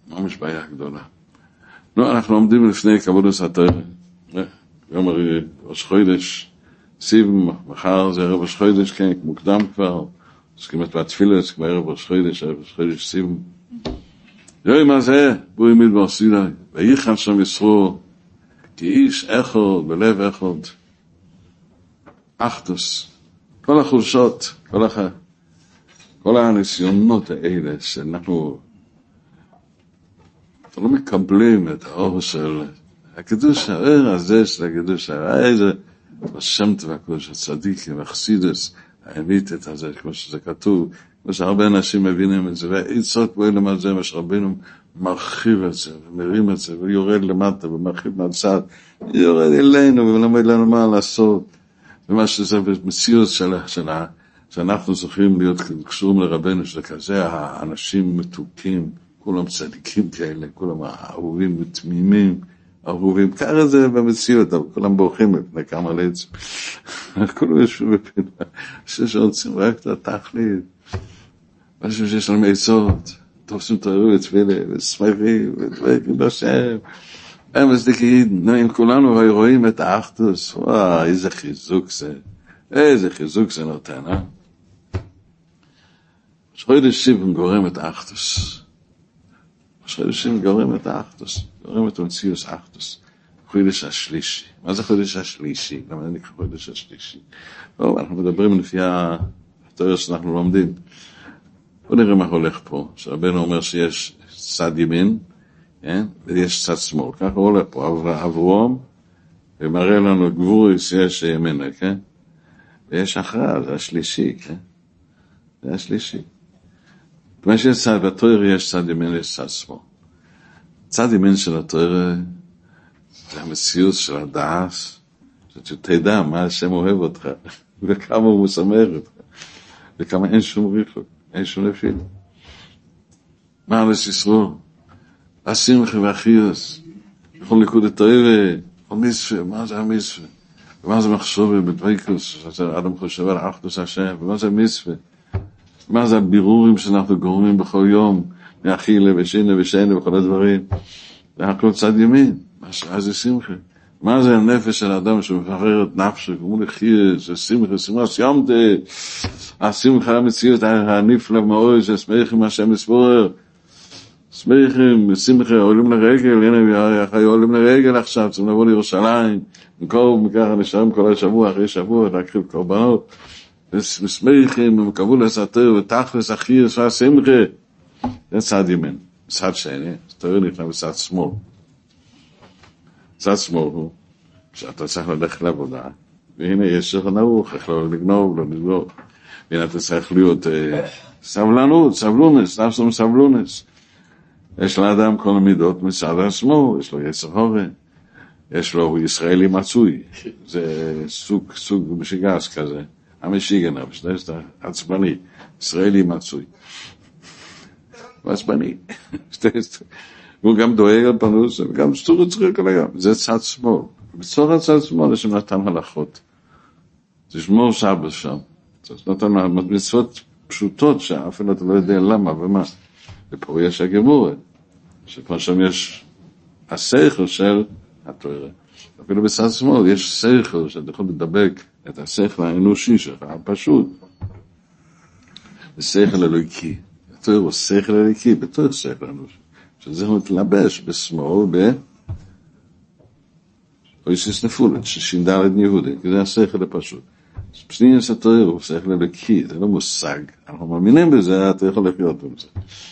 ממש בעיה גדולה. לא, אנחנו עומדים לפני כבוד הסתר, יום ראש חודש, סיב, מחר זה ערב ראש חודש, כן, מוקדם כבר, אז כמעט בתפילה, זה כבר ערב ראש חודש, ערב ראש חודש סיב. יום הזה, בואי מדבר סיני, ויחד שם ישרו, כי איש אחד בלב אחד, אחדוס, כל החולשות, כל, הח... כל הניסיונות האלה, שאנחנו לא מקבלים את האור של הקדוש הער הזה, של הקדוש הער, איזה השם טבע הקדוש הצדיקים, החסידס, האמיתית הזה, כמו שזה כתוב, כמו שהרבה אנשים מבינים את זה, והיצרות פועלם על זה, מה שרבינו מרחיב את זה, ומרים את זה, ויורד למטה, ומרחיב מהצד, יורד אלינו, ולמד לנו מה לעשות, ומה שזה במציאות שלה, שלה, שאנחנו זוכים להיות קשורים לרבנו, שזה כזה, האנשים מתוקים, כולם צדיקים כאלה, כולם אהובים ותמימים, אהובים, ככה זה במציאות, אבל כולם בורחים מפני כמה לעצם. כולם ישבו בפינה, שרוצים רק את התכלית, משהו שיש להם עצות, תופסים תראו ותפילה, ושמחים, ודברים בשם. הם מצדיקים, אם כולנו רואים את האחדוס, וואו, איזה חיזוק זה, איזה חיזוק זה נותן, אה? שחודש סיבן גורם את האחדוס. חודשים גורם את האחדוס, גורם את המציאוס האחדוס. חודש השלישי. מה זה חודש השלישי? למה זה נקרא חודש השלישי? טוב, אנחנו מדברים לפי התיאוריה שאנחנו לומדים. בוא נראה מה הולך פה. שרבנו אומר שיש צד ימין, כן? ויש צד שמאל. ככה הוא הולך פה. אברהם, ומראה לנו גבורי שיש ימינה, כן? ויש אחריו, זה השלישי, כן? זה השלישי. כמו שיש צד בתיאוריה, יש צד ימין ויש צד שמאל. צד ימין של התיאוריה, זה המציאות של הדעס, שתדע מה השם אוהב אותך, וכמה הוא משמח אותך, וכמה אין שום ריחוק, אין שום נפיל. מה עלס ישראל? השמחה והחיוס, בכל ליכוד התיאוריה, בכל מצווה, מה זה המצווה? ומה זה מחשבה בדבקוס, אדם חושב על אחדוס השם, ומה זה מצווה? מה זה הבירורים שאנחנו גורמים בכל יום, מאכילה ושינה ושינה וכל הדברים. זה הכל צד ימין. מה זה שמחה? מה זה הנפש של האדם שמפחר את נפשו, כמו לחיה, זה שמחה, שמחה, סיימת, השמחה המציאות הנפלא מאוד, ששמחים השם יספורר, שמחים, שמחה, עולים לרגל, הנה, החיים עולים לרגל עכשיו, צריכים לבוא לירושלים, מקור, מככה נשארים כל השבוע, אחרי שבוע, להקריב קורבנות, ושמחים, ומקבול לסתר, ותכלס אחיר, והשמחה, זה צד ימין. צד שני, תראו נכנע בצד שמאל. צד שמאל הוא, שאתה צריך ללכת לעבודה, והנה יש שולחן ערוך, איך לא לגנוב, לא לגנוב. והנה אתה צריך להיות אה, סבלנות, סבלונס, נפסום סבלונס. יש לאדם כל המידות מצד השמאל, יש לו יצר הורה, יש לו ישראלי מצוי, זה סוג, סוג משיגס כזה, המשיגנר, זה עצבני, ישראלי מצוי. עצבני. הוא גם דואג על פנוס, וגם סטורי צריך כל היום. זה צד שמאל. בצור הצד שמאל יש נתן הלכות. זה שמור שבת שם. זה נתן מצוות פשוטות שאפילו אתה לא יודע למה ומה. ופה יש הגמורה. שפה שם יש השכל של התורה. אפילו בצד שמאל יש שכל שאתה יכול לדבק את השכל האנושי שלך, הפשוט. זה שכל אלוהיקי. התורה הוא שכל אלוהיקי, בתור שכל אנושי. שזה הוא מתלבש בשמאל ב... אויסיס נפולת, ששינדלת יהודי, כי זה השכל הפשוט. פשנין סתור הוא שכל אלוקי, זה לא מושג. אנחנו מאמינים בזה, אתה יכול לחיות בזה.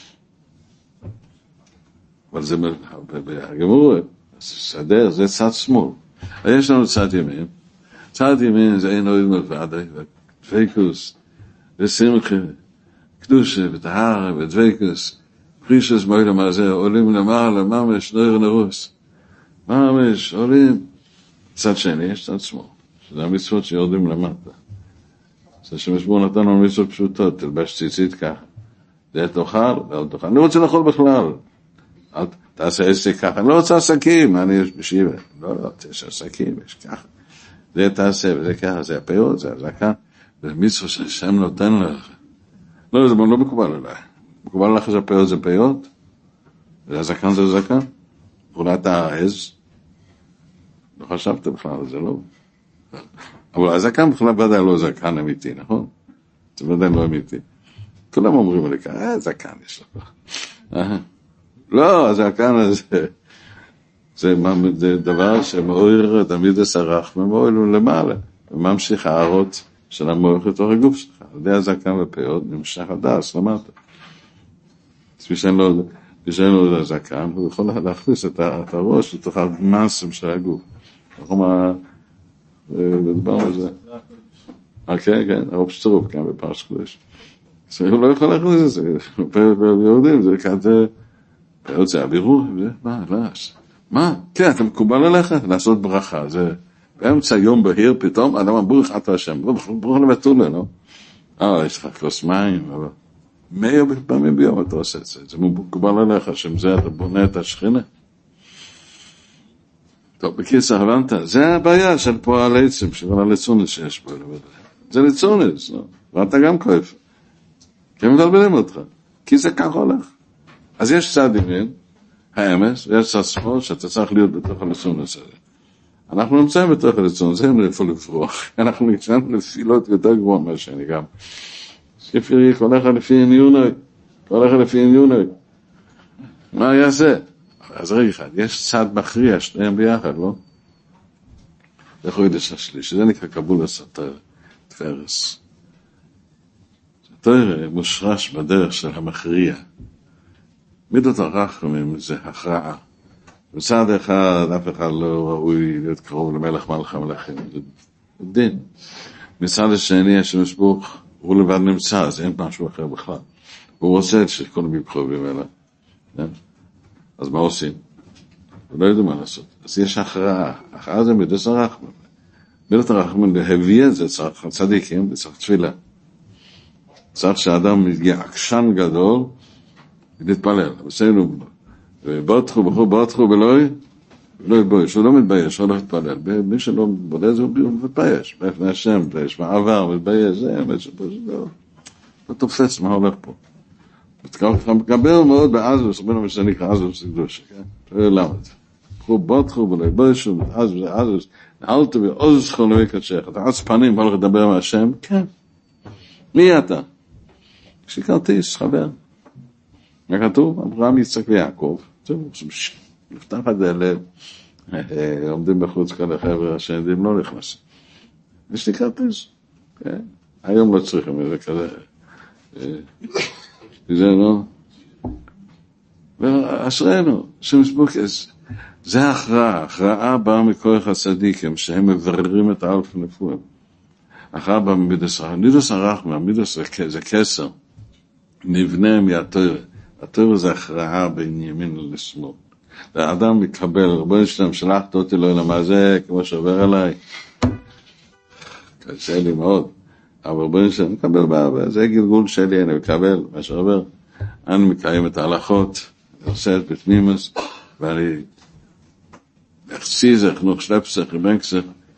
אבל זה הגמור, סדר, זה צד שמאל. יש לנו צד ימין. צד ימין זה אין אוהד מלבד, ודבקוס, ושמחה, קדושה וטהרה ודבקוס, פרישס מוילה מהזה, עולים למעלה, ממש, נויר נרוס. ממש, עולים. צד שני, יש צד שמאל. שזה המצוות שיורדים למטה. זה שמשבור נתן לנו מצוות פשוטות, תלבש ציצית ככה. זה תאכל, ואל תאכל. אני רוצה לאכול בכלל. אל תעשה עסק ככה. אני לא רוצה עסקים, אני יש בשיבה. לא, לא, יש עסקים, יש ככה. זה תעשה, וזה ככה, זה הפירות, זה הזקה. זה מצוות שהשם נותן לך. לא, זה לא מקובל עליי. מקובל לך שהפירות זה פירות? והזקן זה זקן. אולי אתה העז, לא חשבת בכלל, זה לא. אבל הזקן בכלל ודאי לא זקן אמיתי, נכון? זה ודאי לא אמיתי. כולם אומרים לי, אה, זקן יש לך. לא, הזקן הזה, זה דבר שמעורר את המידס הרחמים, ומעורר לו למעלה, וממשיך הערות של המוח לתוך הגוף שלך. על ידי הזקן ופאות נמשך הדס למטה. כשאין לו הזקן, הוא יכול להכניס את הראש לתוך המסים של הגוף. אנחנו מה... ודברנו על זה. כן, כן, הרוב שצרוף, כן, בפרש קודש. הוא לא יכול להכניס את זה. ביהודים, זה כזה... פאות זה הבירור, מה, לא, מה? כן, אתה מקובל עליך לעשות ברכה. זה באמצע יום בהיר, פתאום, אדם אמרו לך אתה השם. ברוך לבטולה, לא? אה, יש לך כוס מים, אבל... מאה פעמים ביום אתה עושה את זה. זה מקובל עליך, שעם זה אתה בונה את השכינה. טוב, בקיצר, הבנת? זה הבעיה של פועל עצם, של הליצונס שיש פה. זה ליצונס, לא? ואתה גם כואב. כי הם מבלבלים אותך. כי זה כך הולך. אז יש צד ימין, האמס, ויש צד שמאל, שאתה צריך להיות בתוך הליצונס הזה. אנחנו נמצאים בתוך הליצונס, זה אין איפה לברוח. אנחנו נשארנו נפילות יותר גבוהות מהשני גם. ספרי, כל אחד לפי עניונוי. כל אחד לפי עניונוי. מה יעשה? אז רגע אחד, יש צד מכריע, שניהם ביחד, לא? זה חודש השליש, שזה נקרא קבול הסתר, תפרס. סתר מושרש בדרך של המכריע. מידות הרחמים זה הכרעה. מצד אחד, אף אחד לא ראוי להיות קרוב למלך מלך המלכים. זה דין. מצד השני, יש משבוך, הוא לבד נמצא, אז אין משהו אחר בכלל. הוא רוצה שכולם יהיו קרובים אליו. אז מה עושים? הוא לא יודע מה לעשות. אז יש הכרעה. הכרעה זה מידות הרחמים. מידות הרחמים, להביא את זה צריך צדיקים, וצריך תפילה. צריך שהאדם יגיע עקשן גדול, להתפלל. עשינו, בוטחו, בחור, בוטחו, בלוי, לא יתבויש, הוא לא מתבייש, הוא לא מתפלל. מי שלא מתבודד, הוא מתבייש. בפני השם, מתבייש, מעבר, מתבייש, זה, לא, לא תופס מה הולך פה. אתה מקבל מאוד באזוס, רבינו שזה נקרא אזוס קדושה, כן? למה את זה? בחור, בוטחו, בלוי, בוישו, אזוס, אזוס, נעלת ואוזוס חולוי קדשך, אתה עץ פנים, הולך לדבר מהשם? כן. מי אתה? כשכרטיס, חבר. מה כתוב? אברהם, יצחק ויעקב. זהו, נפתח את זה לב. עומדים בחוץ כאלה חבר'ה השנדים לא נכנסים. יש לי כרטיס. היום לא צריכים את זה כזה. זה לא. ואשרנו, שמשבוקס. זה ההכרעה. ההכרעה באה מכוח הצדיקים, שהם מבררים את האלף נפוהם. הכרעה באה ממידס הרחם. מידס הרחם, המידס זה כסר. נבנה מהתורה. התורה זה הכרעה בין ימין לשמאל. האדם מקבל, רבונו שלם, שלחת אותי לא למה זה, כמו שעובר עליי. קשה לי מאוד. אבל רבונו שלם, מקבל בה, זה גלגול שלי, אני מקבל מה שעובר. אני מקיים את ההלכות, אני עושה את בתמימוס, ואני אחציזך, חנוך שלפסך, רבנקסך,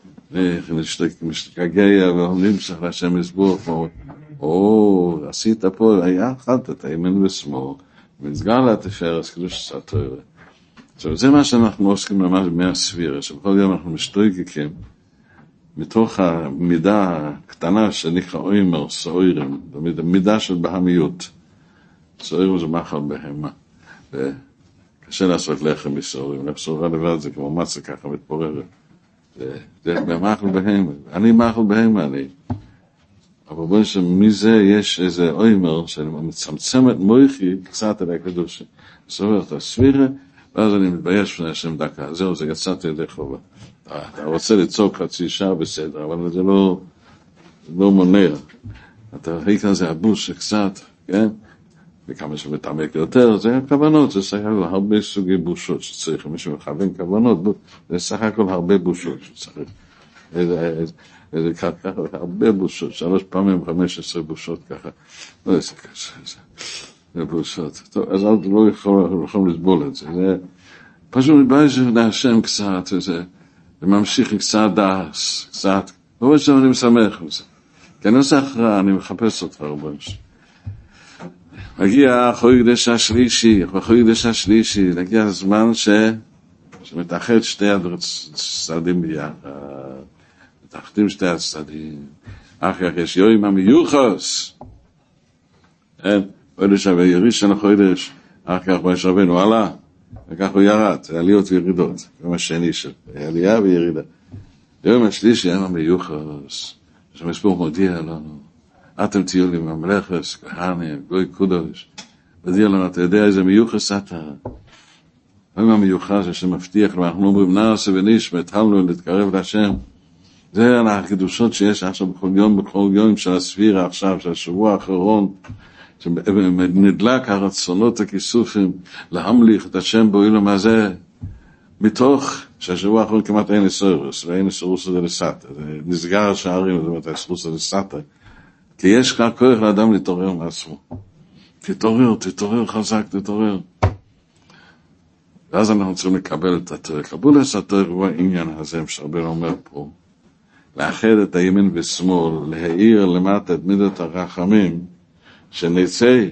משתגע ועומדים שך להשם יסבור, או, עשית פה, היה אחת, אתה ימין ושמאל, ונסגר לה תפארס, קדוש סתורה. עכשיו, זה מה שאנחנו עוסקים ממש מהספירה, שבכל יום אנחנו משתוקקים, מתוך המידה הקטנה שנקרא אוימר, סעוירים, מידה של בהמיות. סעוירים זה מאכל בהמה. וקשה לעשות לחם מסעורים, לחסורה לבד זה כמו מצה ככה מתפוררת. זה מאכל בהמה. אני מאכל בהמה, אני. אבל בואי שמזה יש איזה אוימר שאני מצמצם את מויכי קצת אל הקדוש. סובר את הספירה, ואז אני מתבייש לפני השם דקה. זהו, זה יצאתי ידי חובה. אתה רוצה לצעוק חצי שעה בסדר, אבל זה לא, לא מונע. אתה ראי כזה הבוש קצת, כן? וכמה שמתעמק יותר, זה הכוונות, זה סך הכל הרבה סוגי בושות שצריך. מי שמכוון כוונות, זה סך הכל הרבה בושות שצריך. איזה, איזה, איזה ככה, הרבה בושות, שלוש פעמים, חמש עשרה בושות ככה. לא איזה קשה, זה בושות. טוב, אז אל לא יכולים לסבול את זה. זה פשוט מתבייש להשם קצת, וזה, וממשיך קצת דאס, קצת. לא רואה שאני משמח עם זה. כי אני עושה הכרעה, אני מחפש אותך הרבה. מגיע החודש השלישי, החודש השלישי, נגיע הזמן ש... שמתאחד שתי הצדדים ביחד, מתאחדים שתי הצדדים, אחר כך יש יום המיוחס, אין, חודש הראשון החודש, אחר כך משה רבנו עלה, וכך הוא ירד, זה עליות וירידות, יום השני של עלייה וירידה. יום השלישי יום המיוחס, שהמספור מודיע לנו, אתם תהיו לי ממלכת, כהנים, גוי קודש, מודיע לנו, אתה יודע איזה מיוחס אתה, היום המיוחס שמבטיח, ואנחנו אומרים, נעשה ונשמע, התחלנו להתקרב להשם, זה הקדושות שיש עכשיו בכל יום, בכל יום של הספירה עכשיו, של השבוע האחרון, שנדלק הרצונות הכיסופים, להמליך את השם באילום הזה, מתוך שהשבוע האחרון כמעט אין אסורוס, ואין אסורוס הזה לסטה, זה נסגר השערים, זאת אומרת, האסורוס הזה לסטה, כי יש כאן כוח לאדם להתעורר מעצמו. תתעורר, תתעורר חזק, תתעורר. ואז אנחנו צריכים לקבל את התורה. קבול את התורה הוא העניין הזה, שרבן אומר פה, לאחד את הימין ושמאל, להאיר למטה את מידת הרחמים, שנצא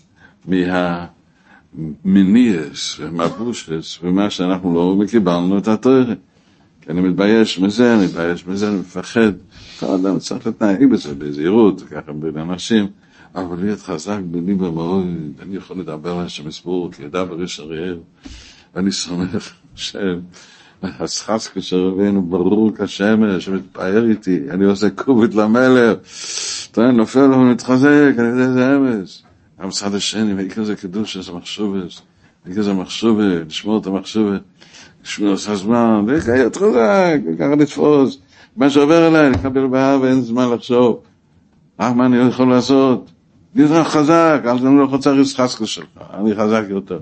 מהמניאס ומהבושס, ומה שאנחנו לא מקיבלנו את התורה. כי אני מתבייש מזה, אני מתבייש מזה, אני מפחד. כל אדם צריך להתנהג בזה, בזהירות, ככה בין אנשים, אבל להיות חזק בני במאוד, אני יכול לדבר על שם הסבור, כי ידע בריש אריאל, ואני סומך שם, הסחס כשרבינו ברור כשמש, שמתפאר איתי, אני עושה קובית למלך, אתה נופל ומתחזק, אני יודע איזה אמס. המצד השני, ואיקר זה קדוש, איזה מחשובס, איקר זה מחשובת, לשמור את המחשובת, לשמור את הזמן, וככה תחזק, וככה לתפוס, מה שעובר אליי, לקבל באהב, ואין זמן לחשוב. אך מה אני יכול לעשות? להיות חזק, אז אני לא חוצר ישחסקו שלך, אני חזק יותר.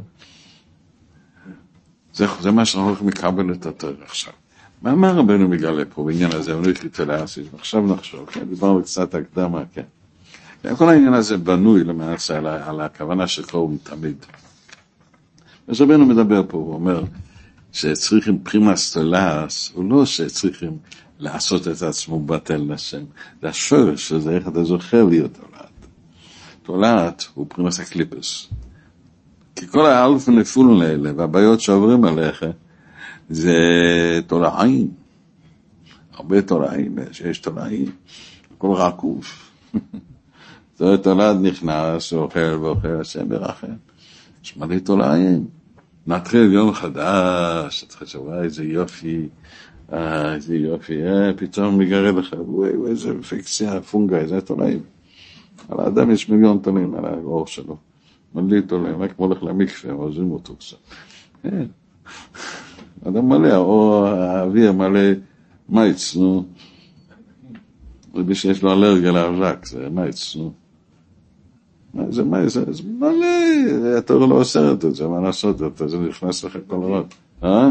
זה, זה מה שאנחנו הולכים לקבל את התורה עכשיו. מה, מה רבנו מגלה פה בעניין הזה? אני חיכה להסיס, עכשיו נחשוב, כן? דיברנו קצת הקדמה, כן. כל העניין הזה בנוי למעשה על, על הכוונה שקוראים תמיד. אז רבנו מדבר פה, הוא אומר שצריכים פרימס תולס, הוא לא שצריכים לעשות את עצמו בטל לשם. זה השורש, שזה איך אתה זוכר להיות תולעת. תולעת הוא פרימס הקליפס. כי כל האלף נפולון האלה, והבעיות שעוברים עליך, זה תולעים. הרבה תולעים, שיש תולעים. הכל רקוף. זה תולד נכנס, ואוכל ואוכל, השם ברחם. יש מלא תולעים. נתחיל יום חדש, אתה חושב, איזה יופי, אה, איזה יופי, אה, פתאום מגרד לך, וואי, איזה אינפקציה, פונגה, איזה תולעים. על האדם יש מיליון תולעים על האור שלו. מלא תולעים, רק מולך למקווה, עוזרים אותו קצת. כן. אדם מלא, או האוויר מלא מייץ, נו. רבי שיש לו אלרגיה לאבק, זה מייץ, נו. זה מייץ, זה מלא, אתה לא עושה את זה, מה לעשות את זה, זה נכנס לך כל הרב. אה?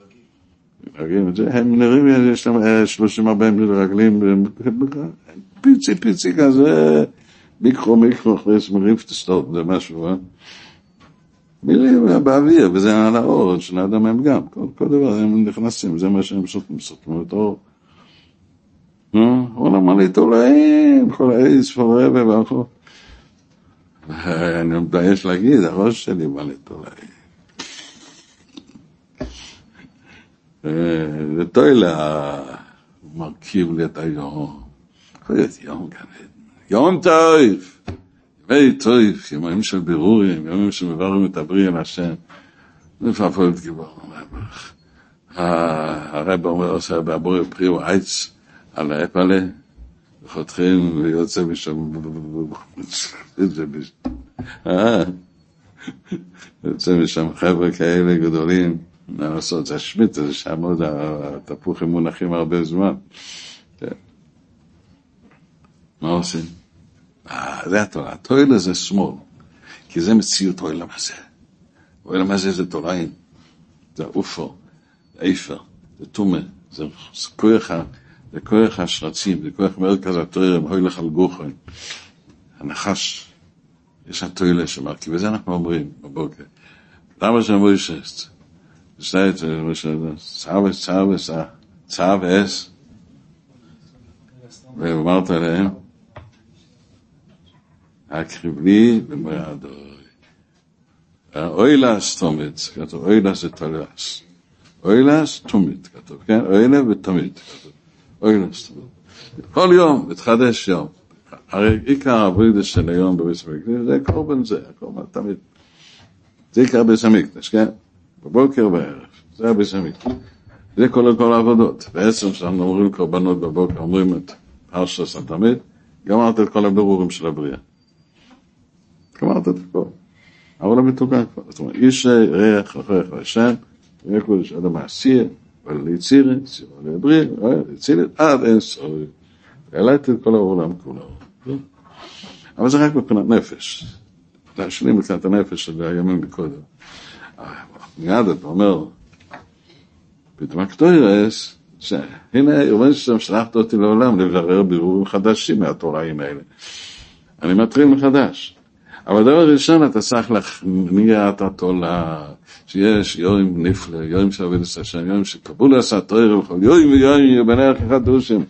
הם נראים, יש להם שלושים ארבעים רגלים, פיצי פיצי כזה, מיקרו מיקרו, אחרי שמריף תסתות, זה משהו, אה? מילים באוויר, וזה על האור של האדם הם גם, כל, כל דבר הם נכנסים, זה מה שהם סותמים, סותמים את האור. נו, הוא אמר לי תולעים, כל העיס פורבה ואחו. אני מתבייש להגיד, הראש שלי מלא תולעים. זה תוילה, הוא מרכיב לי את היום. יכול להיות יום כנד. יום טוב! ימי טוב, ימים של בירורים, ימים של מברים את הבריא על השם. לפעפות גיבור, הרב אומר, עושה בהבורר פרי הוא עץ על האפלה, וחותכים ויוצא משם, יוצא משם חבר'ה כאלה גדולים, לעשות, זה השמיט, זה שם עוד התפוחים מונחים הרבה זמן. מה עושים? זה התורה, התורה זה שמאל, כי זה מציאות העולם הזה. העולם הזה זה תולעים, זה אופו, זה איפר, זה תומה, זה כוח, זה כוח השרצים, זה כוח מרכז התורה, הולך על גוחן, הנחש, יש התורה שמרכיב, וזה אנחנו אומרים בבוקר. למה שאומרים שסט? זה את זה, צעב, צעב, צעב, צעב אס, ואמרת עליהם, הקריב לי במועדוי. אוילס תומד, כתוב, אוילס זה תולס. אוילס תומד, כתוב, כן? אוילס ותומד, כתוב. אוילס תומד. כל יום, מתחדש יום. הרי עיקר העבודה של היום בבית המקדש, זה קורבן זה, הקורבן תמיד. זה עיקר בית המקדש, כן? בבוקר ובערב, זה הבית המקדש. זה כל כל העבודות. בעצם שאנחנו אומרים קורבנות בבוקר, אומרים את פרשת התמיד, גמרת את כל הבירורים של הבריאה. גמרת את הכל. אבל המתוקן כבר. זאת אומרת, איש ריח וחייך להשם, ריח קודש אדם העשייה, וליצירה, צירה לבריאה, ליצירה, עד אין סורי. העליתי את כל העולם כולו. אבל זה רק מבחינת נפש. להשלים מבחינת הנפש של הימים בקודם. מיד אתה אומר, פתאום הקטוירס, שהנה, יומן ששם שלחת אותי לעולם לברר בירורים חדשים מהתוראים האלה. אני מתחיל מחדש. אבל דבר ראשון, אתה צריך להכניע את התולה, שיש יום נפלא, יום של עבודת השם, יום שקבול עשה תורה וכל יום ויום יבנה אחד דושים.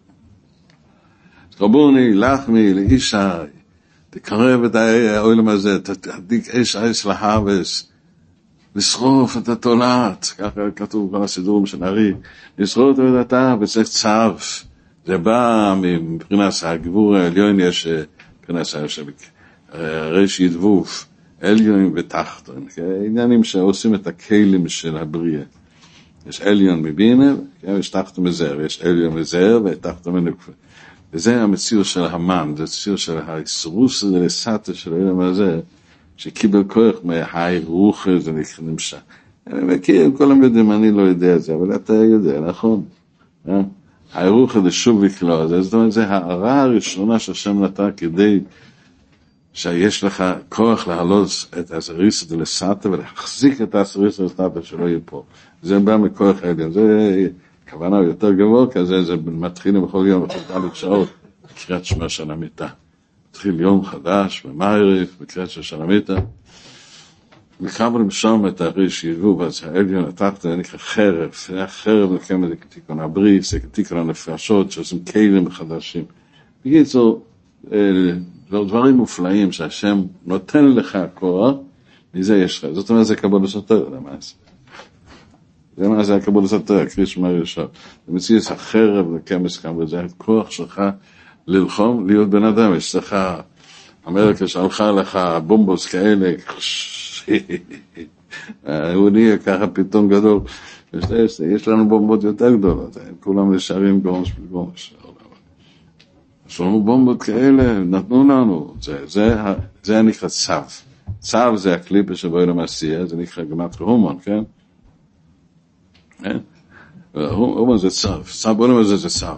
קרבוני, לחמי, לאישי, תקרב את העולם הזה, תדליק אש אש להבס, לשרוף את התולעת, ככה כתוב כל הסידורים של ארי, לשרוף את התא וצריך צו, זה בא מבחינת הגבור העליון, יש מבחינת הרש ידבוף, עליון ותחתון, עניינים שעושים את הכלים של הבריאה. יש עליון מבינה, יש תחתון מזר, יש עליון מזר ותחתון מנוקפה. וזה המציאור של המן, זה המציאור של הישרוס הזה לסטה של העולם הזה, שקיבל כוח מההירוך הזה נמשך. אני מכיר, כולם יודעים, אני לא יודע את זה, אבל אתה יודע, נכון? ההירוך הזה שוב יקלוע, זאת אומרת, זה הערה הראשונה שהשם נתן כדי שיש לך כוח להעלות את הסריס הזה לסטה ולהחזיק את הסריס הזה לסטה שלא יהיה פה. זה בא מכוח העליון, זה כוונה יותר גבוה כזה, זה מתחילים בכל יום, בכל דלת שעות, בקריאת שמע של המיטה. מתחיל יום חדש, במערב, בקריאת של המיטה. וקבלים שם את הריש יבוא, ואז העליון התחת, זה נקרא חרב, זה החרב נקרא את תיקון הברית, זה תיקון הנפשות, שעושים כלים חדשים. בקיצור, דברים מופלאים שהשם נותן לך כוח, מזה יש לך. זאת אומרת, זה קבול סותר, למעשה. זה מה זה הקבול סותר, הקריש מהראשון. זה מציע את החרב לקמס כאן, זה הכוח שלך ללחום, להיות בן אדם. יש לך, אמריקה שהלכה לך בומבוס כאלה, הוא נהיה ככה פתאום גדול. יש לנו בומבות יותר גדולות, כולם נשארים גורש בגורש. יש לנו בומבות כאלה, נתנו לנו, זה, זה, זה נקרא צו. צו זה הקליפה שבו אלה מעשייה, זה נקרא גמת הומון, כן? כן? הומון זה צו, צו, בוא נאמר זה זה צו.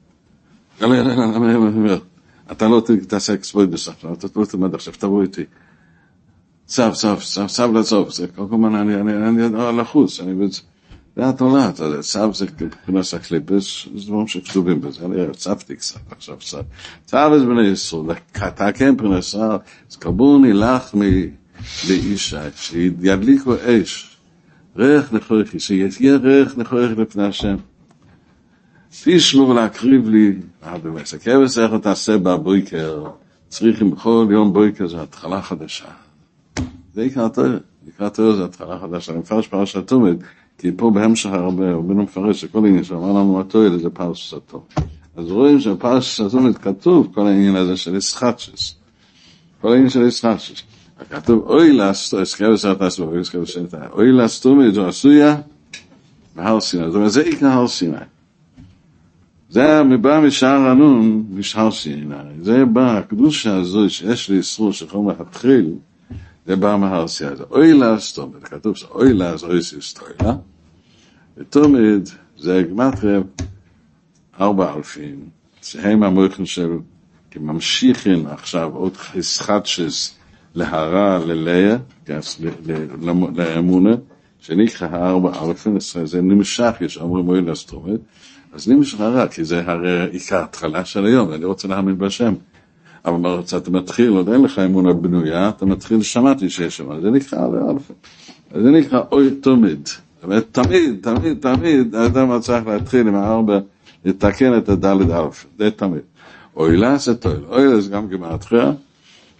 אתה לא תעשה אקספויד בסוף, אתה לא תלמד עכשיו, תבוא איתי. צו, צו, צו, צו לצוף, זה כל כמן, אני על החוץ, אני בזה. זה התולעת, צו זה כנס הקליפס, זה דברים שכתובים בזה, אני צפתי קצת עכשיו, צו. צו זה בני ישראל, אתה כן פרנסה, אז קרבוני לחמי לאישי, שידליקו אש, ריח נכורכי, שיהיה ריח נכורכי לפני השם. תשמור להקריב לי, במס הכבש איך אתה עושה בבויקר, צריכים בכל יום בויקר, זה התחלה חדשה. זה עיקר התואר, עיקר התואר זה התחלה חדשה, אני מפרש פרשת תומד, כי פה בהמשך הרבה, הוא בינו מפרש שכל עניין שאמר לנו התואר, זה פרשת תומד. אז רואים שפרשת תומד כתוב כל העניין הזה של ישחטשס. כל העניין של ישחטשס. כתוב, אוי לסתו, אסכבש איך אתה עושה בבויקר, אסכבש איך אתה, אוי לסתומד, זו עשויה, בהר סיני. זאת אומרת, זה עיקר הר סיני. זה מבא משער הנון, משער סיני. זה בא, הקדושה הזו שיש לי איסור שכל מהתחיל, זה בא מהר סיני. זה אוי לסתומד, כתוב שאוי לס, אוי סיסטוילה, ותומד זה גמטריה ארבע אלפים, שהם המויכים של, כי ממשיכים עכשיו עוד חסחטשס להרה ללאה, לאמונה, שנקרא הארבע אלפים, זה נמשך, יש אומרים אוי לסתומד, אז נמשך הרע, כי זה הרי עיקר התחלה של היום, אני רוצה להאמין בשם. אבל מה רוצה, אתה מתחיל, עוד אין לך אמונה בנויה, אתה מתחיל, שמעתי שיש שם, זה נקרא אלפים. זה נקרא אוי תמיד. זאת אומרת, תמיד, תמיד, תמיד, האדם צריך להתחיל עם הארבע, לתקן את הדלת אלפים, זה תמיד. אוי לה זה טוב, אוי לה זה גם גמטריה,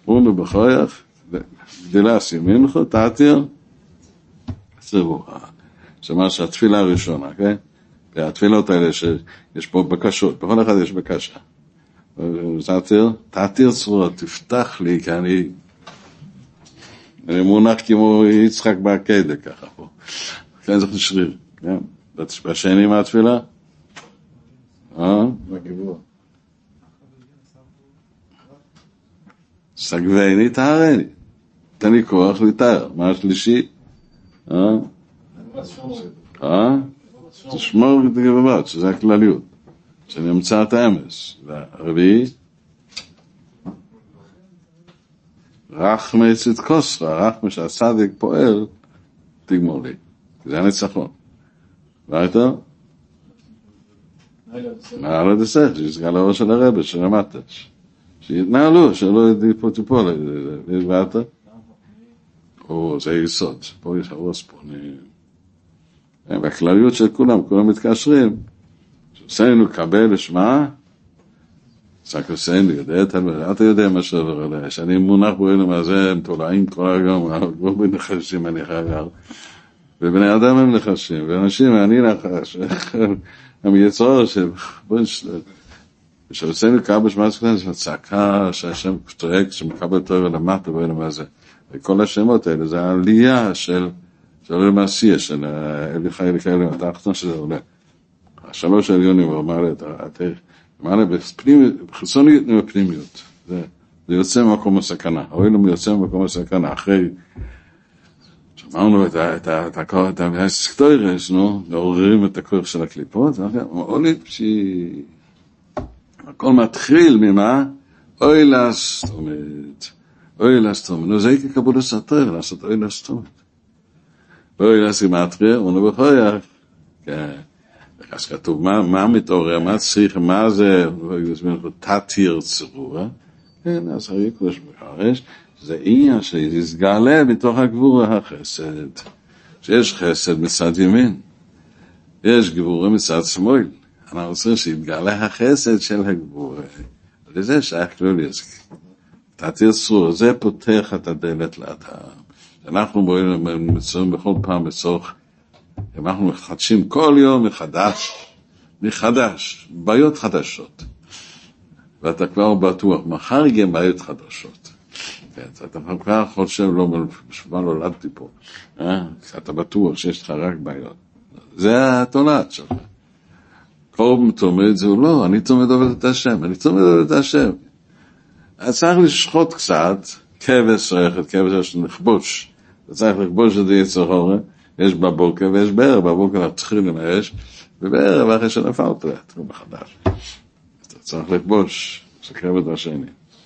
אורנו בכויח, גדילס ימינכו, תעתיר, סירבו. זה מה שהתפילה הראשונה, כן? והתפילות האלה שיש פה בקשות, בכל אחד יש בקשה. תעתיר, תעתיר צרורות, תפתח לי, כי אני, אני מונח כמו יצחק בעקדה ככה פה. כן, זה שריר, כן? בשני מהתפילה? אה? בגיבור. סגווני, תארני. תן לי כוח לתאר. מה השלישי? אה? אה? תשמור את הגבבת, שזה הכלליות. שנמצא את האמס. והרביעי? רחמי צדקוסרה, רחמי שהצדיק פועל, תגמור לי. זה הניצחון. ואיתו? נעלה דסך, שיסגל לאור של הרבא, של המטש. שיתנהלו, שלא ידיפו טיפול. ואתה? או, זה יסוד. פה יש הרוס פה. והכלליות של כולם, כולם מתקשרים. שעשינו קבל לשמה, סקרסיין, יודע, אתה יודע מה שעבר עליי, שאני מונח בו אלו מהזה, הם תולעים כל היום, כבר בין נחשים אני חייב, ובני אדם הם נחשים, ואנשים, אני נחש, הם יצור שעשינו קבל לשמה, זה צעקה שהשם צועק, שמקבל טוב ולמטה ואלו מהזה, וכל השמות האלה, זה העלייה של, של למעשייה, של אלי חי אלי כאלה, אתה אחתון שזה עולה. השלוש העליונים, הוא אמר לי, אתה, אמר לי, בחיצוניות ובפנימיות. זה, זה יוצא ממקום הסכנה. האוילום יוצא ממקום הסכנה. אחרי, שאמרנו את ה, את ה, את ה, את הסקטוירס, נו, לעוררים את הכוח של הקליפות, ואולי, הכל מתחיל ממה? אוי לסתומת. אוי לסתומת. נו, זה איקי קבול הסתר, לעשות אוי לסתומת. אוי לסתומת, הוא נבחויח. כן. אז כתוב, מה, מה מתעורר, מה צריך, מה זה, תתיר צרורה, כן, אז הרי קודש בחרש, זה עניין שיסגלה בתוך הגבור החסד, שיש חסד מצד ימין, יש גבור מצד שמאל, אנחנו רוצים שיתגלה החסד של הגבור, לזה שייך כלולי, תתיר צרורה, זה פותח את הדלת לאדם, אנחנו מצויים בכל פעם בצורך, אנחנו מחדשים כל יום מחדש, מחדש, בעיות חדשות. ואתה כבר בטוח, מחר יגיע בעיות חדשות. אתה כבר חושב, לא, בשביל לא נולדתי פה. אתה בטוח שיש לך רק בעיות. זה התולעת שלך. כל תומד זה לא, אני תומד עובד את השם, אני תומד עובד את השם. אז צריך לשחוט קצת, כבש רכת, כבש שנכבוש. אתה צריך לכבוש את זה יצר הורה. יש בבוקר ויש בערב, בבוקר תתחיל עם האש, ובערב אחרי שנפלת, תתחיל מחדש. אתה צריך לכבוש, זה כבד השני.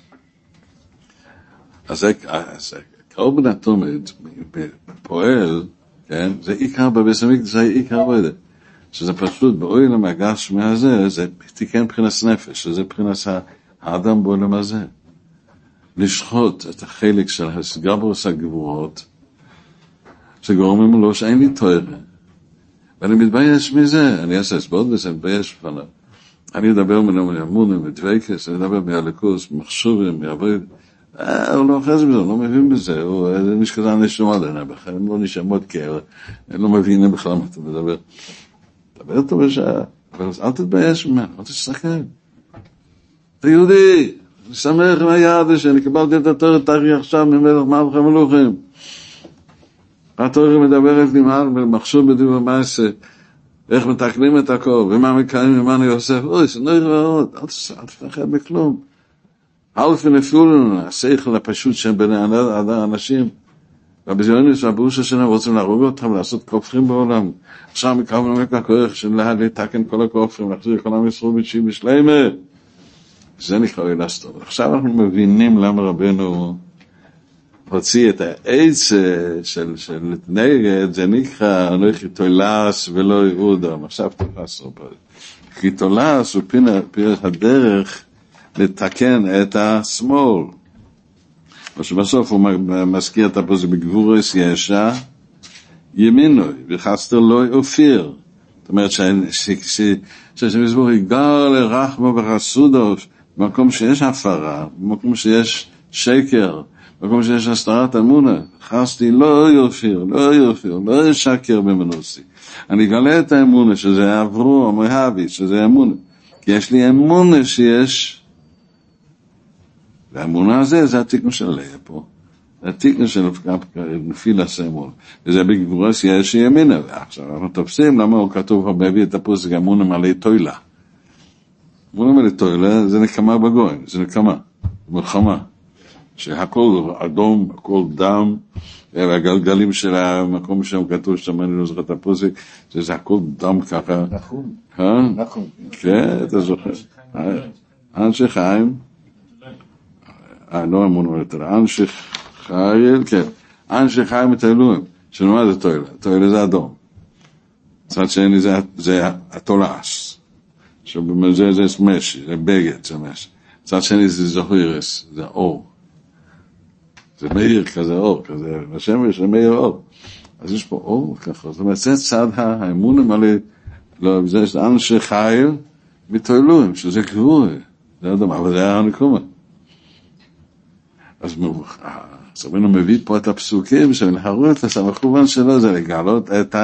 אז זה, קרוב נתומד, פועל, כן, זה עיקר בבסמיק, זה עיקר בוידה. שזה פשוט, באוי למגש מהזה, זה תיקן מבחינת נפש, שזה מבחינת האדם בעולם הזה. לשחוט את החלק של הסגברוס הגבורות, שגורמים לו שאין לי תואר. ואני מתבייש מזה, אני אעשה סבוד וזה, אני מתבייש בפניו. אני אדבר מן אמונים, מדוויקס, אני אדבר מהלכוס, מחשובים, מהברית. אה, הוא לא אחז בזה, הוא לא מבין בזה, הוא משכזה נשמע דנה בכלל, הם לא נשמעות כאלה, הם לא מבינים בכלל מה אתה מדבר. דבר טוב בשעה, אבל אל תתבייש ממנו, אל תשחקן. אתה יהודי, אני שמח עם היד שאני קיבלתי את התואר תארי עכשיו ממלך מלך המלוכים. התורה מדברת נמהל ומחשוב בדיוק במעשה, איך מתקנים את הכל, ומה מקיימים ממנו יוסף, אוי, זה נראה רעות, אל תפחד בכלום. אלפי נפולנו, השכל הפשוט שהם בין האנשים, והבזיוניות והברושה שלהם רוצים להרוג אותם, לעשות כופרים בעולם. עכשיו מקרבנו רק הכוח של לתקן כל הכופרים, להחזיר כל עם ישראל בתשיעי בשלמה. זה נקרא אלסטור. עכשיו אנחנו מבינים למה רבנו הוציא את העץ של, של נגד, זה נקרא, לא חיתולס ולא יהודם. עכשיו תפס לו פה. חיתולס הוא פינת הדרך לתקן את השמאל. ושבסוף הוא מזכיר את הפוזי בגבורס ישע, ימינוי, וחסתר לא אופיר. זאת אומרת, שמזבור יגר לרחמו וחסודו, במקום שיש הפרה, במקום שיש שקר, במקום שיש הסתרת אמונה, חסתי לא יופיר, לא יופיר, לא ישקר במנוסי. אני אגלה את האמונה, שזה עברו, המוהבי, שזה אמונה. כי יש לי אמונה שיש, והאמונה הזה, זה התיקון של לאה פה. זה התיקון של נפיל הסמול. וזה בגבורס יש ימינה. עכשיו, אנחנו תופסים למה הוא כתוב, הוא מביא את הפוסק, אמונה מלא תוילה. אמונה מלא תוילה, זה נקמה בגויים, זה נקמה, מלחמה. שהכל אדום, הכל דם, והגלגלים של המקום שם כתוב שם, אני לא זוכר את הפוסק, שזה הכל דם ככה. נכון. נכון. כן, אתה זוכר. אנשי חיים, לא אמונו יותר, אנשי חייל, כן, אנשי חיים את האלוהים, שמה זה תוילה? תוילה זה אדום. צד שני זה התולעס, שבזה זה משי, זה בגד, זה משי. צד שני זה זוהירס, זה אור. זה מאיר כזה אור, כזה, בשמש זה מאיר אור. אז יש פה אור ככה, זאת אומרת, זה צד האמון המלא, לא, זה אנשי חייל מתוילוים, שזה גבוה, זה אדם, אבל זה היה הנקומה. אז סבינו מביא פה את הפסוקים, שלהרות לסמכובן שלו, זה לגלות את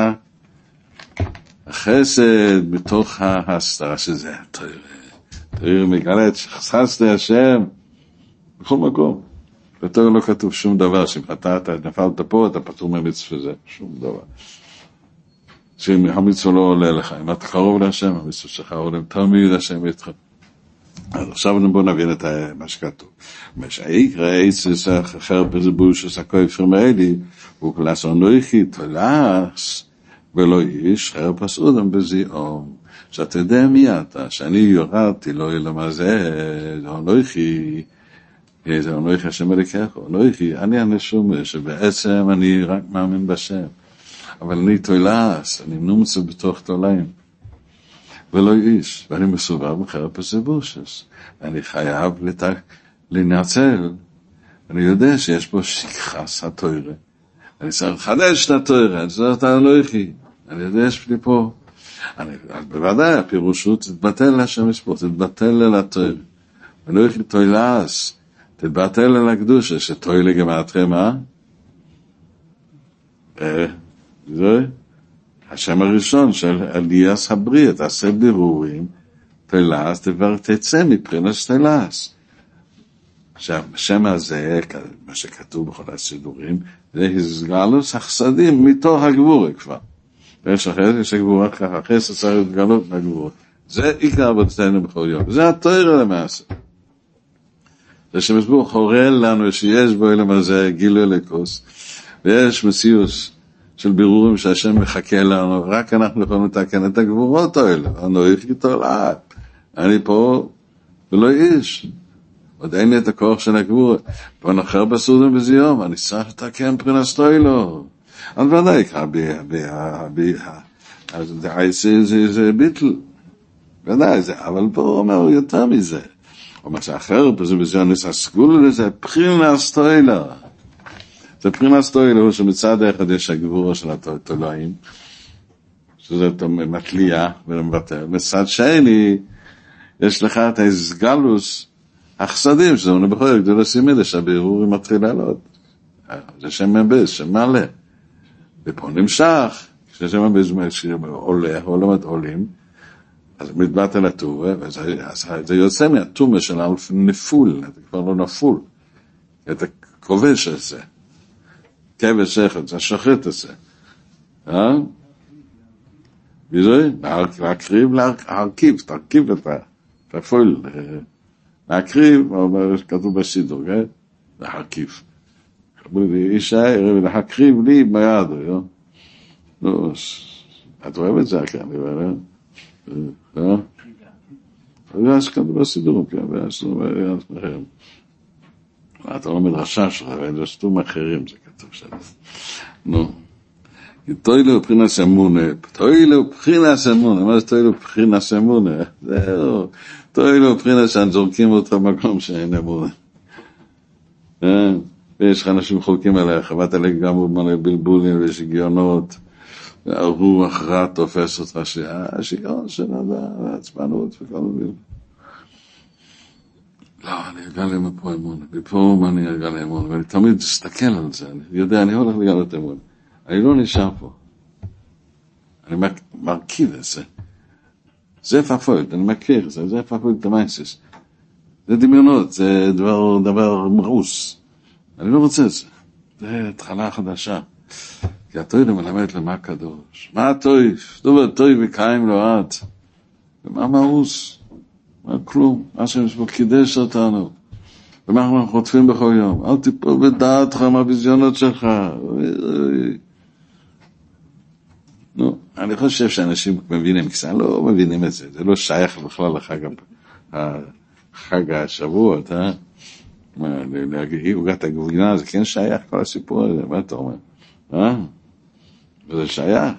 החסד בתוך ההסתרה, שזה התויר. תויר מגלה את שחססתי השם, בכל מקום. בתור לא כתוב שום דבר, שאם אתה נפלת פה, אתה פטור ממצווה זה, שום דבר. שאם המצווה לא עולה לך, אם אתה קרוב להשם, המצווה שלך עולה, תמיד השם איתך. אז עכשיו בואו נבין את מה שכתוב. מה שיקרא עצס אחר בזבוש עסקוי פרמלי, הוא כלס אנוכי תולעס, ולא איש חר פסעודם בזיעום. שאתה יודע מי אתה, שאני יורדתי לא ילמה זה, זה אנוכי, זה אנוכי השם אלוקיך, אנוכי, אני הנשמה, שבעצם אני רק מאמין בשם. אבל אני תולעס, אני נומצא בתוך תולעים. ולא איש, ואני מסובב מחרפס ובושס. אני חייב לתק, לנצל. אני יודע שיש פה שכחס התוירה. אני צריך לחדש את התוירה, אני צריך את האלוהי. אני יודע שיש לי פה. אני, בוודאי, הפירוש הוא, תתבטל להשם מספור, תתבטל אל התוירה. אלוהי תוילעס, תתבטל אל הקדושה, שתוילה גמרתכם, מה? אה, זה? השם הראשון של אליאס הבריא, תעשה בירורים, תלעס, דבר תצא מבחינת תלעס. עכשיו, השם הזה, מה שכתוב בכל הסידורים, זה הסגלוס החסדים מתוך הגבורה כבר. ויש אחרי זה שגבורה ככה, אחרי זה צריך להתגלות מהגבורה. זה עיקר עבודתנו בכל יום. זה התורה למעשה. זה שמסבור חורל לנו שיש בו אלם הזה גילוי אלוקות, ויש מציאוס של בירורים שהשם מחכה לנו, רק אנחנו יכולים לתקן את הגבורות האלה. אנוכי תולעת. אני פה ולא איש. עוד אין לי את הכוח של הגבורת. ואנחר בסעודם בזיום, אני צריך לתקן פרנסתוי לו. אז ודאי, זה ביטל. ודאי, זה, אבל פה הוא אומר יותר מזה. הוא אומר שאחר בזיום, נססגול לזה, פרנסתוי לו. זה פרינס תוילה, שמצד אחד יש הגבורה של התולעים, שזה מתלייה ומבטל. מצד שני, יש לך את הסגלוס החסדים, שזה אומר בכל גדול הסימידה, שהבירורים מתחיל לעלות. זה שם מבז, שם מלא. ופה נמשך, כששם מבז עולה, עולמת עולים, אז מתבטל הטובה, וזה יוצא מהטומה של הנפול, אתה כבר לא נפול. אתה כובש את זה. כבש אחד, זה השחט הזה. אה? וזה, להקריב, להרכיב, תרכיב את הפועל. להקריב, כתוב בסידור, כן? להרכיב. איש הערב, להקריב לי ביד, נו, את אוהב את זה, כן, אה? זה כתוב בסידור, כן, ואז אחרים. אתה לא מדרשה שלך, ואין שתום אחרים, זה כתוב שם. נו. תוילו בבחינס אמונה, תוילו בבחינס אמונה, מה זה תוילו בבחינס אמונה? זהו, תוילו בבחינס שזורקים אותך במקום שאין אמונה. ויש לך אנשים חולקים עליך, ואתה גם מלא בלבולים ושגיונות, והרוח רע תופס אותך, השיגעון של הדעת, העצבנות וכל מיני. לא, אני אגלה מפה אמון, מפה אני אגלה אמון, ואני תמיד אסתכל על זה, אני יודע, אני הולך לגלות אמון. אני לא נשאר פה. אני מרכיב את זה. זה פפויד, אני מכיר, זה, זה פפויד דמייסס. זה דמיונות, זה דבר, דבר מרוס. אני לא רוצה את זה. זה התחלה חדשה. כי התויד מלמד למה קדוש. מה התויף? דובר תויף וקיים לו עד. ומה מרוס? מה כלום? מה שמשבור קידש אותנו. ומה אנחנו חוטפים בכל יום? אל תיפול בדעתך מהביזיונות שלך. נו, אני חושב שאנשים מבינים, כי אני לא מבינים את זה. זה לא שייך בכלל לחג, חג השבועות, אה? להגיד, עוגת הגבינה, זה כן שייך כל הסיפור הזה, מה אתה אומר? אה? וזה שייך.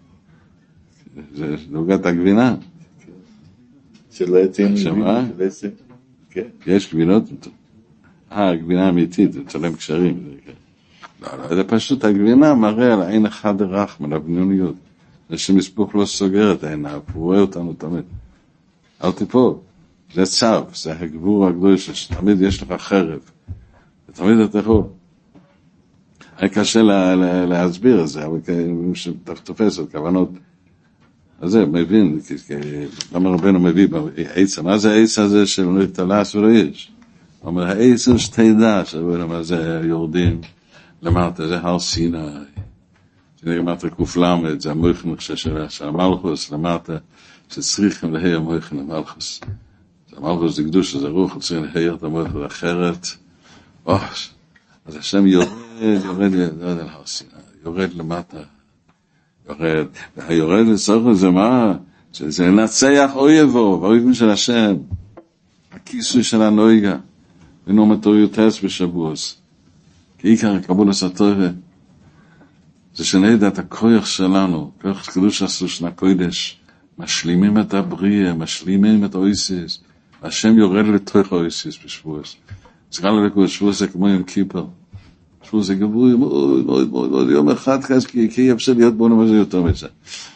זה עוגת הגבינה. שלא יצאים שמה? יש גבינות, אה, הגבינה האמיתית, זה צלם קשרים. לא, לא, זה פשוט הגבינה מראה על העין אחד הרחמן, הבניוניות. זה שמספוך לא סוגר את העיניו, הוא רואה אותנו תמיד. אל תיפול. זה צו, זה הגבור הגדול שתמיד יש לך חרב. ותמיד אתה יכול. היה קשה לה, לה, להסביר את זה, אבל שתופס את כוונות. אז זה מבין, למה רבנו מביא בעצה, מה זה העצה הזה של לא יתלס ולא יש? הוא אומר, העצה שתדע, שרבנו מה זה יורדים למטה, זה הר סיני. שנראה למטה קופלמת, זה המויכן של המלכוס, למטה, שצריכים להיר המויכן למלכוס. המלכוס זה קדוש, זה רוח, צריכים להיר את המויכן אחרת. אז השם יורד, יורד, לא יודע להר סיני, יורד למטה. יורד, והיורד לצורך זה מה? שזה לנצח אויבו, ואויבים של השם. הכיסוי של הנויגה, ונומטוריוטס בשבוס. כי עיקר הקבול הסתורת, זה שנדע את הכוח שלנו, כוח קדוש עשו שנה קודש, משלימים את הבריאה, משלימים את האויסיס, והשם יורד לתוך האויסיס בשבוס. זה כאן לבקו, שבוס זה כמו יום כיפר. שבוס זה גבוי מאוד מאוד מאוד מאוד, יום אחד כזה, כי אי אפשר להיות בו נמה זה יותר מזה.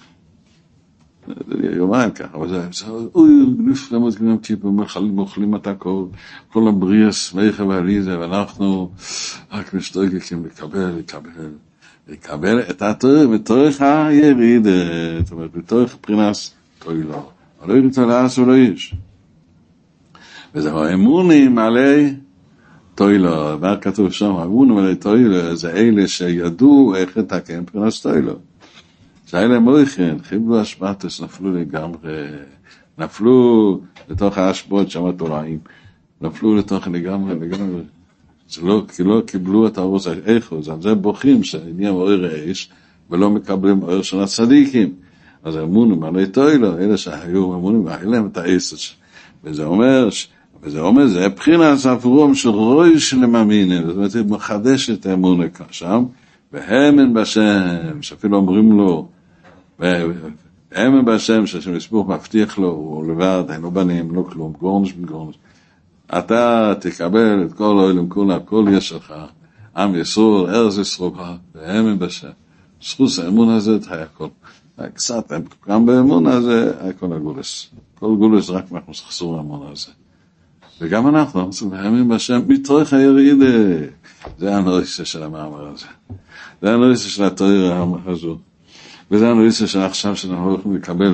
זה יומיים ככה, אבל זה, אוי, נפלמות כמו יום כיפר, מוכלים את הכל, כל הבריאה שמחה ועליזה, ואנחנו רק משתוקקים לקבל, לקבל. לקבל את התורך, בתורך היריד, זאת אומרת, בתורך פרינס תוילו. אבל לא יתלעס ולא איש. וזהו, האמונים עלי תוילו. מה כתוב שם? האמונים עלי תוילו, זה אלה שידעו איך לתקן פרינס תוילו. שאלה מויכן, חיבלו השבטס, נפלו לגמרי, נפלו לתוך האשבות שם התוראים, נפלו לתוך לגמרי, לגמרי. זה לא, כי לא קיבלו את האור הזה, איכו, אז זה בוכים שנהיה אור האש, ולא מקבלים אור של הצדיקים. אז האמונים עלי תוילו, אלה שהיו אמונים, היה להם את האש. וזה אומר, וזה אומר, זה בחינת עבורם של רוי של המאמינים, זאת אומרת, הוא מחדש את האמונה שם, והאמן בשם, שאפילו אומרים לו, והאמן בשם, שהשם יסבוך מבטיח לו, הוא לבד, אין לו בנים, לא כלום, גורנש בגורנש. אתה תקבל את כל האוהלים כולה, כל יש שלך, עם יסור, ארץ יסרוק, והאמן בשם. זכות האמון הזה, היה הכל. קצת, גם באמון הזה, היה כל הגולס. כל גולס רק אנחנו חסור האמון הזה. וגם אנחנו, אנחנו האמין בשם, מתוך הירידה. זה הנויסה של המאמר הזה. זה הנויסה של התואר הזו. וזה הנויסה של עכשיו שאנחנו הולכים לקבל.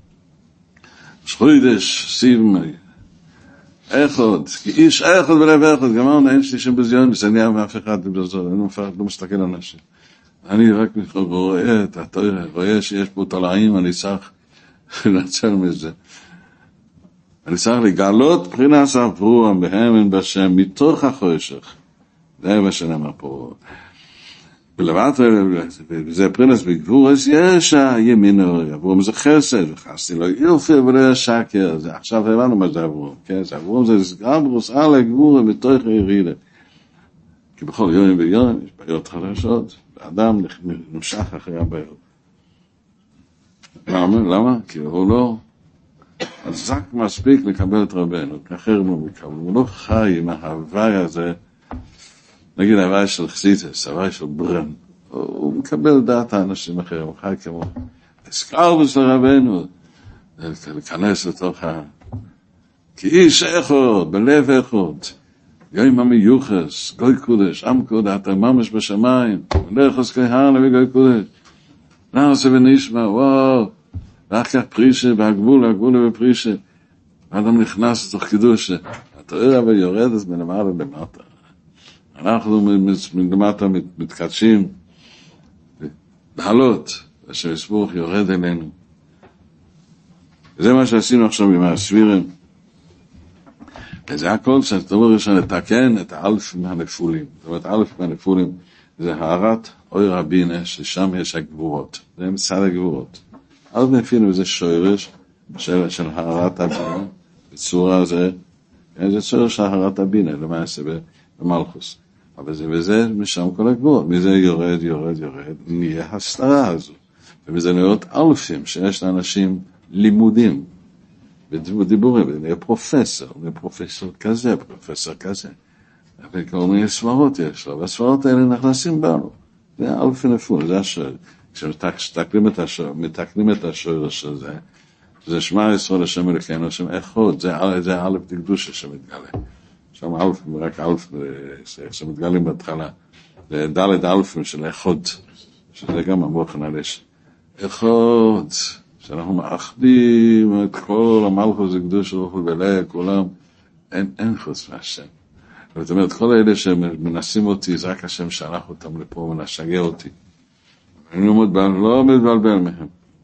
שחוידש, סיבמי. אחד, כי איש אחד ולב אחד, גמרנו, אין שלישים בזיון, זה נהיה מאף אחד בזול, אני לא מסתכל על אנשים. אני רק רואה את התואר, רואה שיש פה תולעים, אני צריך לנצל מזה. אני צריך לגלות בחינת עבורם בהאמין בשם מתוך החושך. זה מה שנאמר פה. ולבד, וזה פרינס בגבור, אז יש הימינו, עבורם זה חסד, וחסתי לו יופי ולא שקר. עכשיו הבנו מה זה עבורם, כן? זה עבורם זה גברוס על הגבור בתוך הירידה. כי בכל יום ויום יש בעיות חדשות, ואדם נמשך אחרי הבעיות. למה? למה? כי הוא לא... אז רק מספיק לקבל את רבנו, אחר לא מקבל. הוא לא חי עם ההוואי הזה, נגיד ההוואי של חסידס, ההוואי של ברן. הוא מקבל דעת האנשים אחרים, הוא חי כמו... תזכר בשביל רבנו, להיכנס לתוך ה... כי איש אחד, בלב אחד, יום המיוחס, גוי קודש, עם קודש, אתה ממש בשמיים, מלכס כהרנה וגוי קודש, נעשה ונשמע, וואו, ואחר כך פרישה, והגבול, הגבול ופרישה, האדם נכנס לתוך קידוש, התואר אבל יורדת מלמעלה למטה. אנחנו מלמטה מתקדשים, לעלות, והשם יסבוך יורד אלינו. וזה מה שעשינו עכשיו עם הסבירים. וזה הכל שדבר ראשון לתקן את האלף מהנפולים. זאת אומרת, האלף מהנפולים זה הערת אור הבינה, ששם יש הגבורות. זה מצד הגבורות. אלף מהנפולים זה שורש של, של הערת הבינה, בצורה זה, זה שורש של הערת הבינה, למעשה במלכוס. אבל זה וזה משם כל הגבורות. מזה יורד, יורד, יורד, נהיה הסתרה הזו. ומזה נראות אלפים שיש לאנשים לימודים. ודיבורים, נהיה פרופסור, נהיה פרופסור כזה, פרופסור כזה. וכל מיני סברות יש לו, והסברות האלה נכנסים בנו. זה אלפי נפול, זה השואל. כשמתקנים את השואל, מתקנים את השואל של זה, זה שמע ישראל השם אלוקינו, השם אחד, זה אלף דקדושה שמתגלה. שם אלף, רק אלף, שמתגלים בהתחלה. זה דלת אלפים של אחד, שזה גם המוח הנלש. אחד, שאנחנו מאחדים את כל המלכות הקדוש ברוך הוא ולאה כולם, אין, אין חוץ מהשם. זאת אומרת, כל אלה שמנסים אותי, זה רק השם שלח אותם לפה ונשגע אותי. אני לא מתבלבל, לא מתבלבל מהם.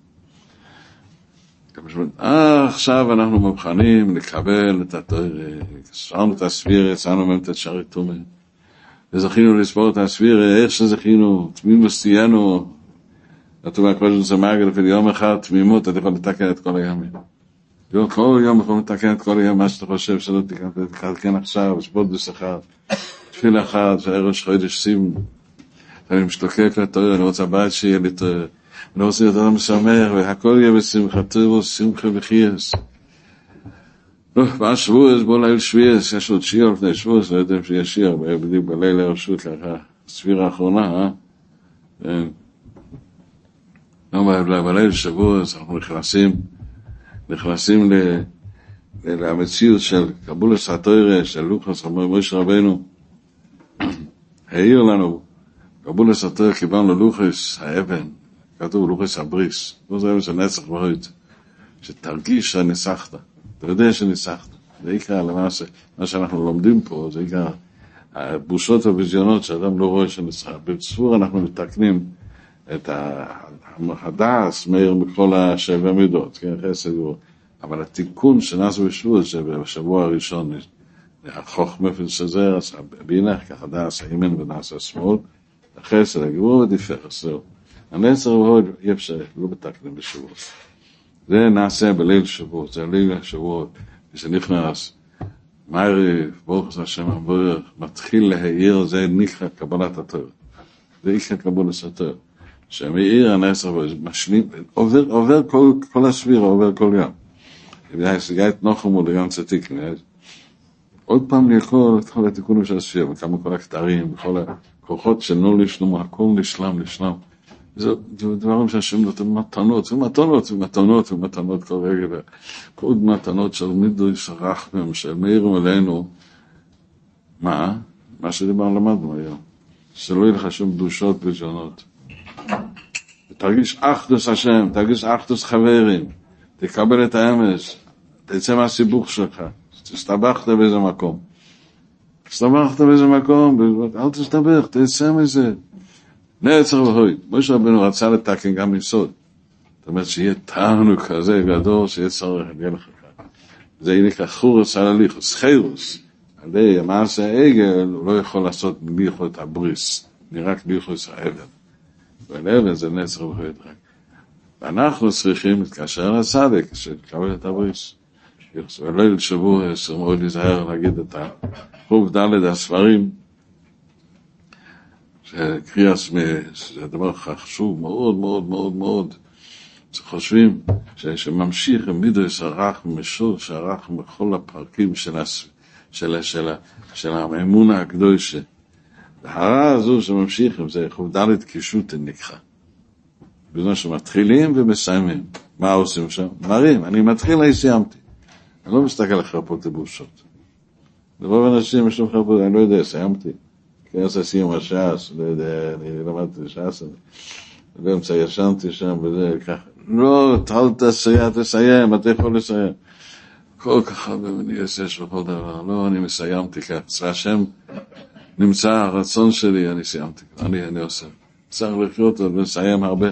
אה, עכשיו אנחנו מבחנים לקבל את התורה, ספרנו את הספירה, צאנו מהם את השערי תומה, וזכינו לספור את הספירה, איך שזכינו, תמימות סיינו, אתה אומר, כבר שזה מגל, וליום אחד תמימות, אתה יכול לתקן את כל הימים. כל יום יכול לתקן את כל הימים, מה שאתה חושב שלא תתקן עכשיו, שבות בשכר, תפיל אחד, שערש חודש שים, אני משתוקק לתורה, אני רוצה בית שיהיה לי תורה, אני רוצה להיות אדם משמח, והכל יהיה בשמחתו, שמחה וחייס. ואז שבועס, בוא ליל שבועס, יש עוד שיר לפני שבועס, לא יודעים שיש שיר, בדיוק בליל הרשות, לאחר הספירה האחרונה, אה? בליל שבועס, אנחנו נכנסים, נכנסים למציאות של קבולת התורה, של לוקאס, משה רבנו, העיר לנו, קבולת התורה, קיבלנו לוקאס, האבן, כתוב לוקאס הבריס, לא זה אבן של נצח והוד, שתרגיש שניסחת, אתה יודע שניסחת, זה עיקר למעשה, מה שאנחנו לומדים פה, זה עיקר הבושות והביזיונות שאדם לא רואה שניסחת, בצפור אנחנו מתקנים את הדעס מאיר מכל השבע מידות, כן, חסד גבורה, אבל התיקון שנעשה בשבוע, שבשבוע הראשון, החוכמה ושזר, הבינה, ככה דעס הימין ודעס השמאל, החסד הגבורה ודיפרס, זהו. הנצר והוד אי אפשר, לא מתקנים בשבוע. זה נעשה בליל שבוע, זה ליל השבוע, כשנכנס, מעריב, ברוך השם המבורך, מתחיל להעיר, זה נקרא קבלת התורה. זה נקרא קבלת התורה. שמאיר הנצר משלים, עובר, עובר כל, כל הסבירה, עובר כל יום. זה את נוחם ולגן צדיק, עוד פעם לכל, את כל התיקונים של הספירה, וכמה כל הכתרים, וכל הכוחות שלנו לשלום, הכל לשלם, לשלם. זה דברים שהשם נותן מתנות, ומתנות, ומתנות, ומתנות כל רגע, כל מתנות של מידוש רחמם, שמאירים עלינו, מה? מה שדיברנו למדנו היום. שלא יהיה לך שום דושות וז'ונות. תרגיש אחדוס השם, תרגיש אחדוס חברים, תקבל את האמס, תצא מהסיבוך שלך, תסתבחת באיזה מקום. תסתבחת באיזה מקום, אל תסתבח, תצא מזה. נצר והוד, משה רבנו רצה לתקן גם יסוד. זאת אומרת שיהיה תענוג כזה גדול, שיהיה צורך, יהיה לך כאן. זה יהיה לך חורס על הליכוס, חירוס. עלי המעשה העגל, הוא לא יכול לעשות ליכות הבריס, נרק ליכוס האבן. ולאבן זה נצר והוד רק. ואנחנו צריכים להתקשר לצדק, שתקבל את הבריס. וליל שבוע, אסור מאוד להיזהר להגיד את החוב ד' הספרים, שקריאס, זה דבר חשוב מאוד מאוד מאוד מאוד. חושבים שממשיך מידוס הרחם משור, שהרחם בכל הפרקים של, של, של, של האמונה הקדושה. והרעה הזו שממשיכים, זה חוב ד' קישוט נקרא. בזמן שמתחילים ומסיימים. מה עושים שם? מראים, אני מתחיל, אני סיימתי. אני לא מסתכל על חרפות לבושות. לרוב האנשים יש להם חרפות, אני לא יודע, סיימתי. כן, עושה סיום השעס, לא יודע, אני למדתי לשעס, באמצע ישנתי שם וזה, ככה. לא, תחל תסיים, תסיים, אתה יכול לסיים. כל כך הרבה אני אעשה בכל דבר. לא, אני מסיימתי ככה. אצל השם נמצא הרצון שלי, אני סיימתי. אני, אני עושה. צריך לחיות ולסיים הרבה.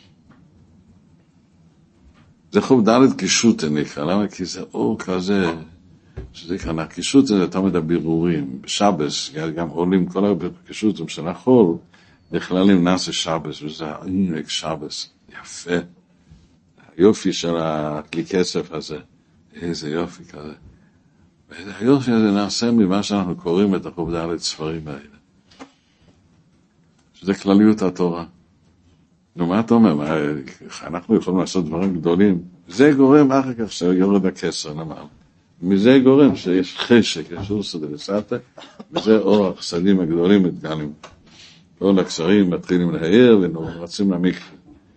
זה חוב דלת קישוט נקרא. למה? כי זה אור כזה, שזה כאן, הקישוט זה תמיד הבירורים. בשבס, גם עולים כל הרבה קישוטים של החול, נכללים נעשה שבס, וזה עינק שבס. יפה. היופי של הכלי כסף הזה. איזה יופי כזה. היופי הזה נעשה ממה שאנחנו קוראים את החוב דלת ספרים האלה. שזה כלליות התורה. נו, מה אתה אומר? מה, אנחנו יכולים לעשות דברים גדולים. זה גורם אחר כך שיורד הכסר, נאמר. מזה גורם שיש חשק, יש אורסא דלסתא, וזה אור החסדים הגדולים מתגלים. כל הכסרים מתחילים להעיר ורצים למקווה.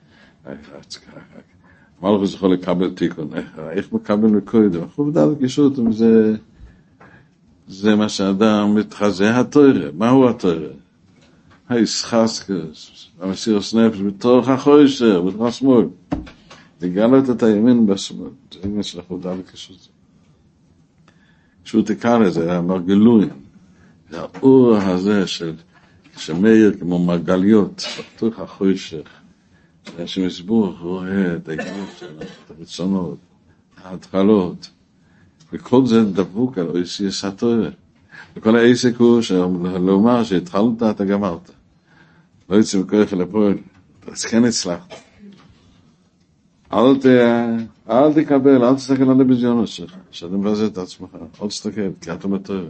המלכוס יכול לקבל תיקון. איך מקבלים לקודם? החוב דלת קישוט, זה, זה מה שאדם מתחזה התורה. מהו התורה? הישחסקס, המסירות נפש, בתוך החוישר, בתוך השמאל. לגלות את הימין בשמאל. זה עניין של החוב דלת קישוט. קישוט עיקר לזה, המרגלוין. זה האור הזה של, שמאיר כמו מרגליות, בתוך החוישר. שמסבוך רואה את ההתגלות שלנו, את הרצונות, ההתחלות. וכל זה דבוק על אויסי סתורה. וכל העסק הוא לומר שהתחלת, אתה גמרת. לא יצא מכוח אל הפועל. אז כן הצלחת. אל, ת, אל תקבל, אל תסתכל על הביזיונות שלך. שאתה מבזה את עצמך. אל תסתכל, כי אתה מתואר.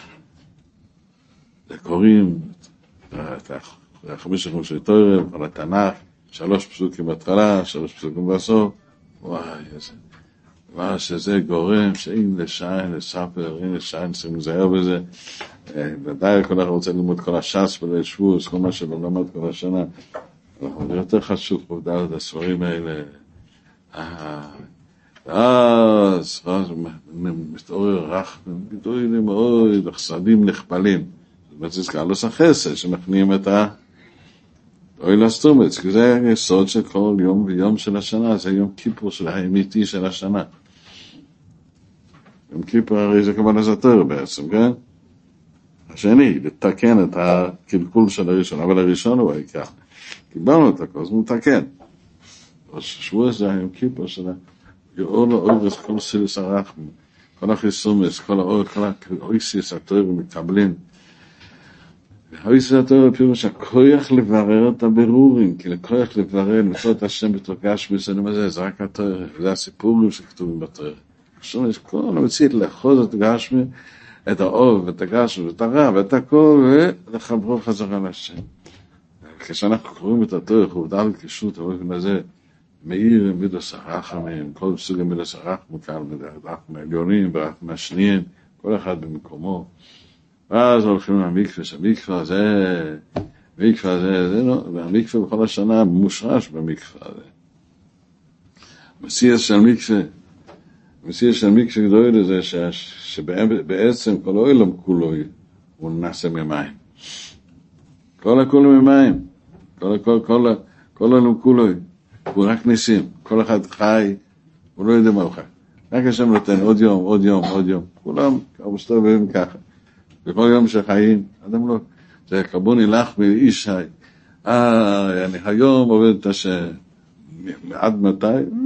זה קוראים, את החמישה חמישה תואר, על התנ"ך, שלוש פסוקים בהתחלה, שלוש פסוקים בסוף. וואי, איזה... מה שזה גורם, שאין לשיין, לספר, אין לשיין, צריכים לזהר בזה. ודאי, כל אחד רוצה ללמוד כל הש"ס ולשבוס, כל מה שלא למד כל השנה. זה יותר חשוב, עובדה את הספרים האלה. אז, אז, מתעורר רחמים, גדולים מאוד, חסדים נכפלים. זאת אומרת, זה קהל עושה חסד, שמכניעים את ה... אוי לסתומץ, כי זה היסוד של כל יום ויום של השנה, זה יום כיפור של האמיתי של השנה. יום כיפור הרי זה כמובן הזתר בעצם, כן? השני, לתקן את הקלקול של הראשון, אבל הראשון הוא העיקר. קיבלנו את הכל, אז מתקן. שבוע זה היום כיפור של האור לאורס, כל סילס הרחם, כל החיסומס, כל האור, כל האויסיס התואר מקבלים. והאויסיס התואר הפירוש הכוח לברר את הבירורים, כי לכוח לברר, למצוא את השם בתוך גשמי, זה זה רק התואר, זה הסיפורים שכתובים בתואר. עכשיו יש כל המצית לאחוז את גשמי, את האור ואת הגשמי ואת הרע ואת הכל, ולחברו חזרה לשם. כשאנחנו קוראים את התואר, עובדה על קישוט, האופן הזה, מאיר מידוס הרחמים, כל סוג מידוס הרחמים, כאן רחמים העליונים ורחמים השניים, כל אחד במקומו. ואז הולכים למקווה, שהמקווה הזה, המקווה הזה, זה לא, והמקווה בכל השנה מושרש במקווה הזה. המסיע של מקווה, המסיע של מקווה גדול לזה, שבעצם כל העולם כולו הוא נעשה ממים. כל הכולו ממים, כל הכל, כל, כל העולם כולו הוא רק ניסים, כל אחד חי, הוא לא יודע מה הוא חי. רק השם נותן עוד יום, עוד יום, עוד יום, כולם מסתובבים ככה. בכל יום שחיים, אדם לא, זה קרבוני לך מאיש חי. אה, אני היום עובד את השם, עד מתי?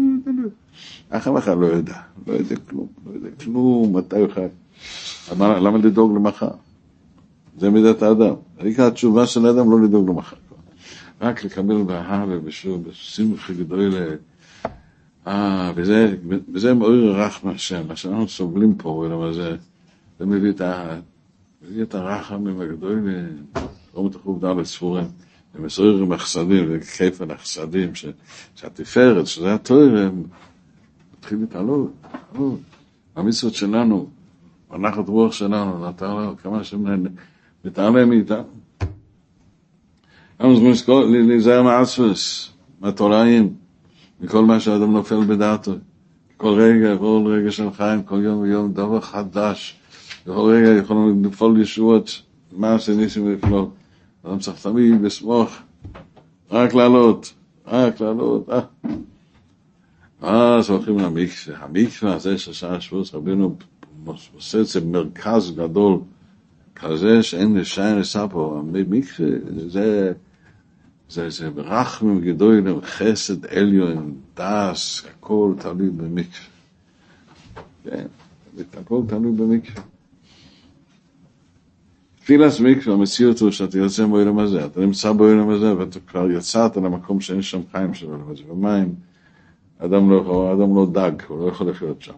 אחר אחד לא יודע, לא יודע כלום, לא יודע כלום, מתי הוא חי. למה לדאוג למחר? זה מידת האדם. העיקר התשובה של האדם לא לדאוג למחר. רק לקבל באהבה ובשוב, בשמחה גדול. אה, וזה, וזה מאיר רחם השם, מה שאנחנו סובלים פה, ולמה זה, זה מביא את ה... מביא את הרחמים הגדולים, לא מתחוב דל לספורים, ומסורים עם החסדים, וכיפן החסדים, שהתפארת, שזה התואר, מתחיל להתעלות, להתעלות. המצוות שלנו, הנחת רוח שלנו, נתן לו כמה שמתעלה מאיתנו. אנחנו צריכים להיזהר מעצבס, מהתולעים, מכל מה שאדם נופל בדעתו. כל כל רגע, כל רגע של חיים, כל יום ויום, דבר חדש. בכל רגע יכולנו לפעול ישועות, מה שניסים לפעול. אדם צריך תמיד לסמוך, רק לעלות, רק לעלות, אה. אז הולכים למקווה, המקווה הזה ששעה שבועות רבינו עושה את זה מרכז גדול, כזה שאין לשער לספו, המקווה זה, זה, זה רחמים גדולים, חסד עליון, דס, הכל תלוי במקווה. כן, הכל תלוי במקווה. תפילת מקווה, המציאות הוא שאתה יוצא בעולם הזה, אתה נמצא בעולם הזה ואתה כבר יצאת למקום שאין שם חיים של העולם הזה, ומים, אדם לא, אדם לא דג, הוא לא יכול לחיות שם.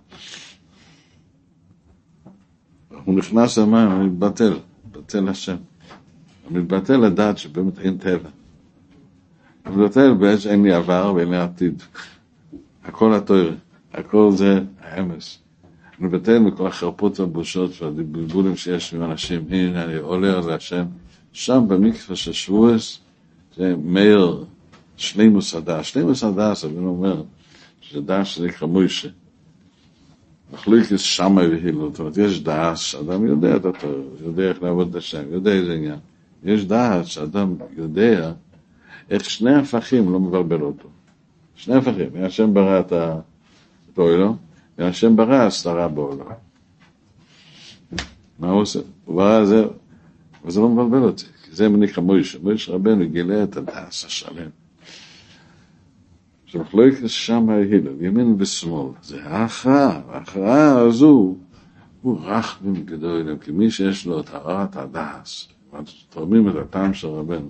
הוא נכנס למים, הוא מתבטל, מתבטל השם. הוא מתבטל לדעת שבאמת אין טבע. הוא מתבטל בעצם אין לי עבר ואין לי עתיד. הכל התורה, הכל זה האמס. הוא מתבטל מכל החרפות והבושות והבלבולים שיש עם אנשים. הנה אני עולה על השם. שם במקווה של שבועס, זה מאיר שלימוס הדס. שלימוס הדס, אבל הוא אומר, שזה דס שנקרא מוישה. מחלוקת שמה והילות, זאת אומרת, יש דעת שאדם יודע את התורה, יודע איך לעבוד את השם, יודע איזה עניין. יש דעת שאדם יודע איך שני הפכים לא מבלבל אותו. שני הפכים, השם ברא את האוילו, והשם ברא הסתרה באוילו. מה הוא עושה? הוא ברא זה, אבל זה לא מבלבל אותי, כי זה נקרא מוישה. מוישה רבנו גילה את הדעת השלם. שמחלוקת שם ההילה, ימין ושמאל, זה ההכרעה, ההכרעה הזו הוא רחמים גדולים, כי מי שיש לו את הרעת הדס, תורמים את הטעם של רבנו,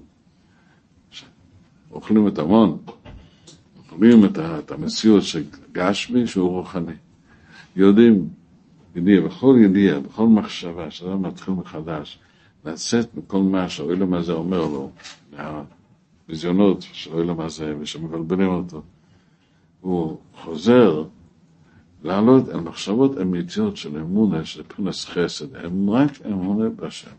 אוכלים את המון, אוכלים את, את המציאות של גשמי שהוא רוחני, יודעים, ידיע, בכל ידיע, בכל מחשבה, שאדם מתחיל מחדש, לצאת מכל מה שהאוילם הזה אומר לו, מהוויזיונות של האוילם הזה, ושמבלבלים אותו, הוא חוזר לעלות על מחשבות אמיתיות של אמונה, של פרנס חסד, הם רק אמונה בשם.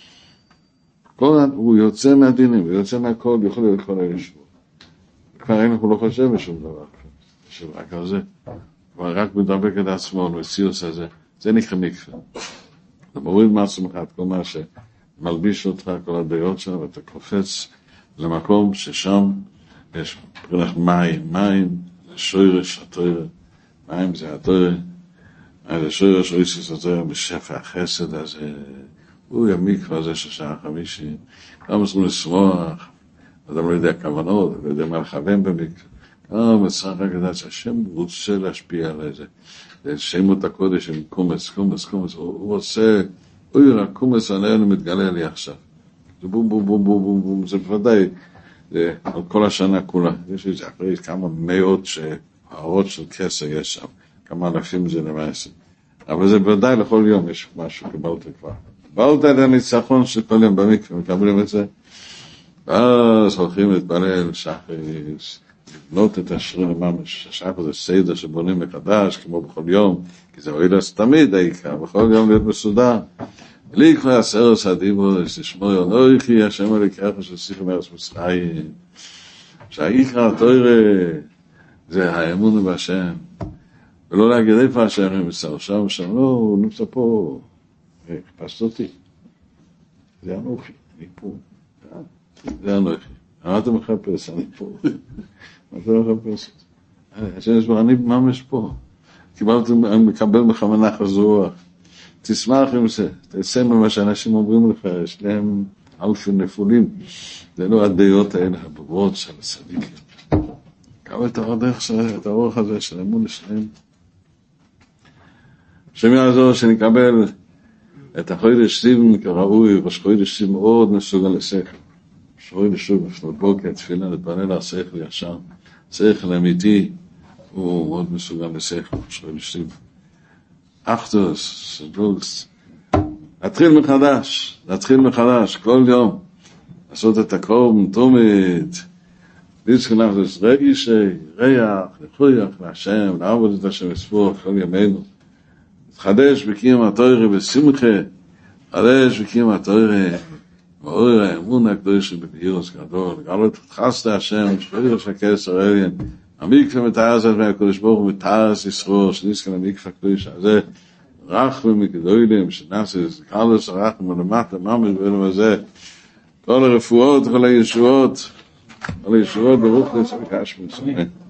כל, הוא יוצא מהדינים, הוא יוצא מהכל, יכול להיות כל הישבות. כבר אין, הוא לא חושב בשום דבר, רק על זה. כבר רק מדבק את עצמו, מציוס הזה, זה נקרא מקווה. אתה מוריד מעצמך את כל מה שמלביש אותך, כל הדעות שלנו, ואתה קופץ למקום ששם יש פרנס מים, מים, שוירש התורה, מים זה התורה, אז שוירש ריסיס התורה בשפע החסד הזה, הוא המקווה הזה של שעה חמישי, כמה צריכים לשמוח, אדם לא יודע כוונות, לא יודע מה לכוון במקווה, כמה צריך רק לדעת שהשם רוצה להשפיע על זה, זה שמות הקודש עם קומץ, קומץ, קומץ, הוא עושה, אוי רק קומץ עלינו מתגלה לי עכשיו, זה בום בום בום בום בום בום, זה בוודאי, זה על כל השנה כולה, יש איזה אחרי כמה מאות שהאורות של כסר יש שם, כמה אלפים זה למעשה, אבל זה בוודאי לכל יום יש משהו, קיבלת כבר. קיבלת את הניצחון של כל יום במקווה, מקבלים את זה, ואז הולכים להתפלל שחריס, לבנות את השריר ממש, שחר זה סדר שבונים מחדש, כמו בכל יום, כי זה אוילס תמיד העיקר, בכל יום להיות מסודר. לי כבר הסרס הדיבור, ששמור יונויכי, השם הלקח של שיחי מארץ מצרים, שהעיקר התורה זה האמון בהשם, ולא להגיד איפה השם נמצא, שם שם, לא, הוא נמצא פה, חיפשת אותי, זה אנוכי, אני פה, זה אנוכי, מה אתה מחפש, אני פה, מה אתה מחפש? השם ישבר, אני ממש פה, קיבלתי, אני מקבל בכוונה חזוח, תשמח עם זה, תעשה ממה שאנשים אומרים לך, יש להם אלפי נפולים, זה לא הדעות האלה, הבוגרות של הצדיקים. קבל את הדרך של, את האורך הזה של אמון שלהם. השם יעזור שנקבל את החודש סיב כראוי, ראש חודש סיב מאוד מסוגל לשכל. ראש חודש סיב בפנות בוקר, תפילה, להתפלל על שכל ישר, שכל אמיתי, הוא מאוד מסוגל לשכל, ראש חודש סיב. אחדוס, סדרוגס, להתחיל מחדש, להתחיל מחדש, כל יום, לעשות את הקורבן, תומית, ליצחן אחדוס, רגישי, ריח, לחויח, להשם, לעבוד את השם הספור, כל ימינו, להתחדש בקיים התורה בשמחה, להתחדש בקיים התורה, מאור האמון הקדוש שבבירוס גדול, לגלות את חסד השם, שבירוס הכסר אליין, המקווה מתאר זה מהקדוש ברוך הוא מתאר ישרור שניסקן המקווה הקדוש הזה רחמים מגדולים שנעשה קלוס רחמים למטה ממש בעולם הזה כל הרפואות כל הישועות כל הישועות ברוך לסמך השמש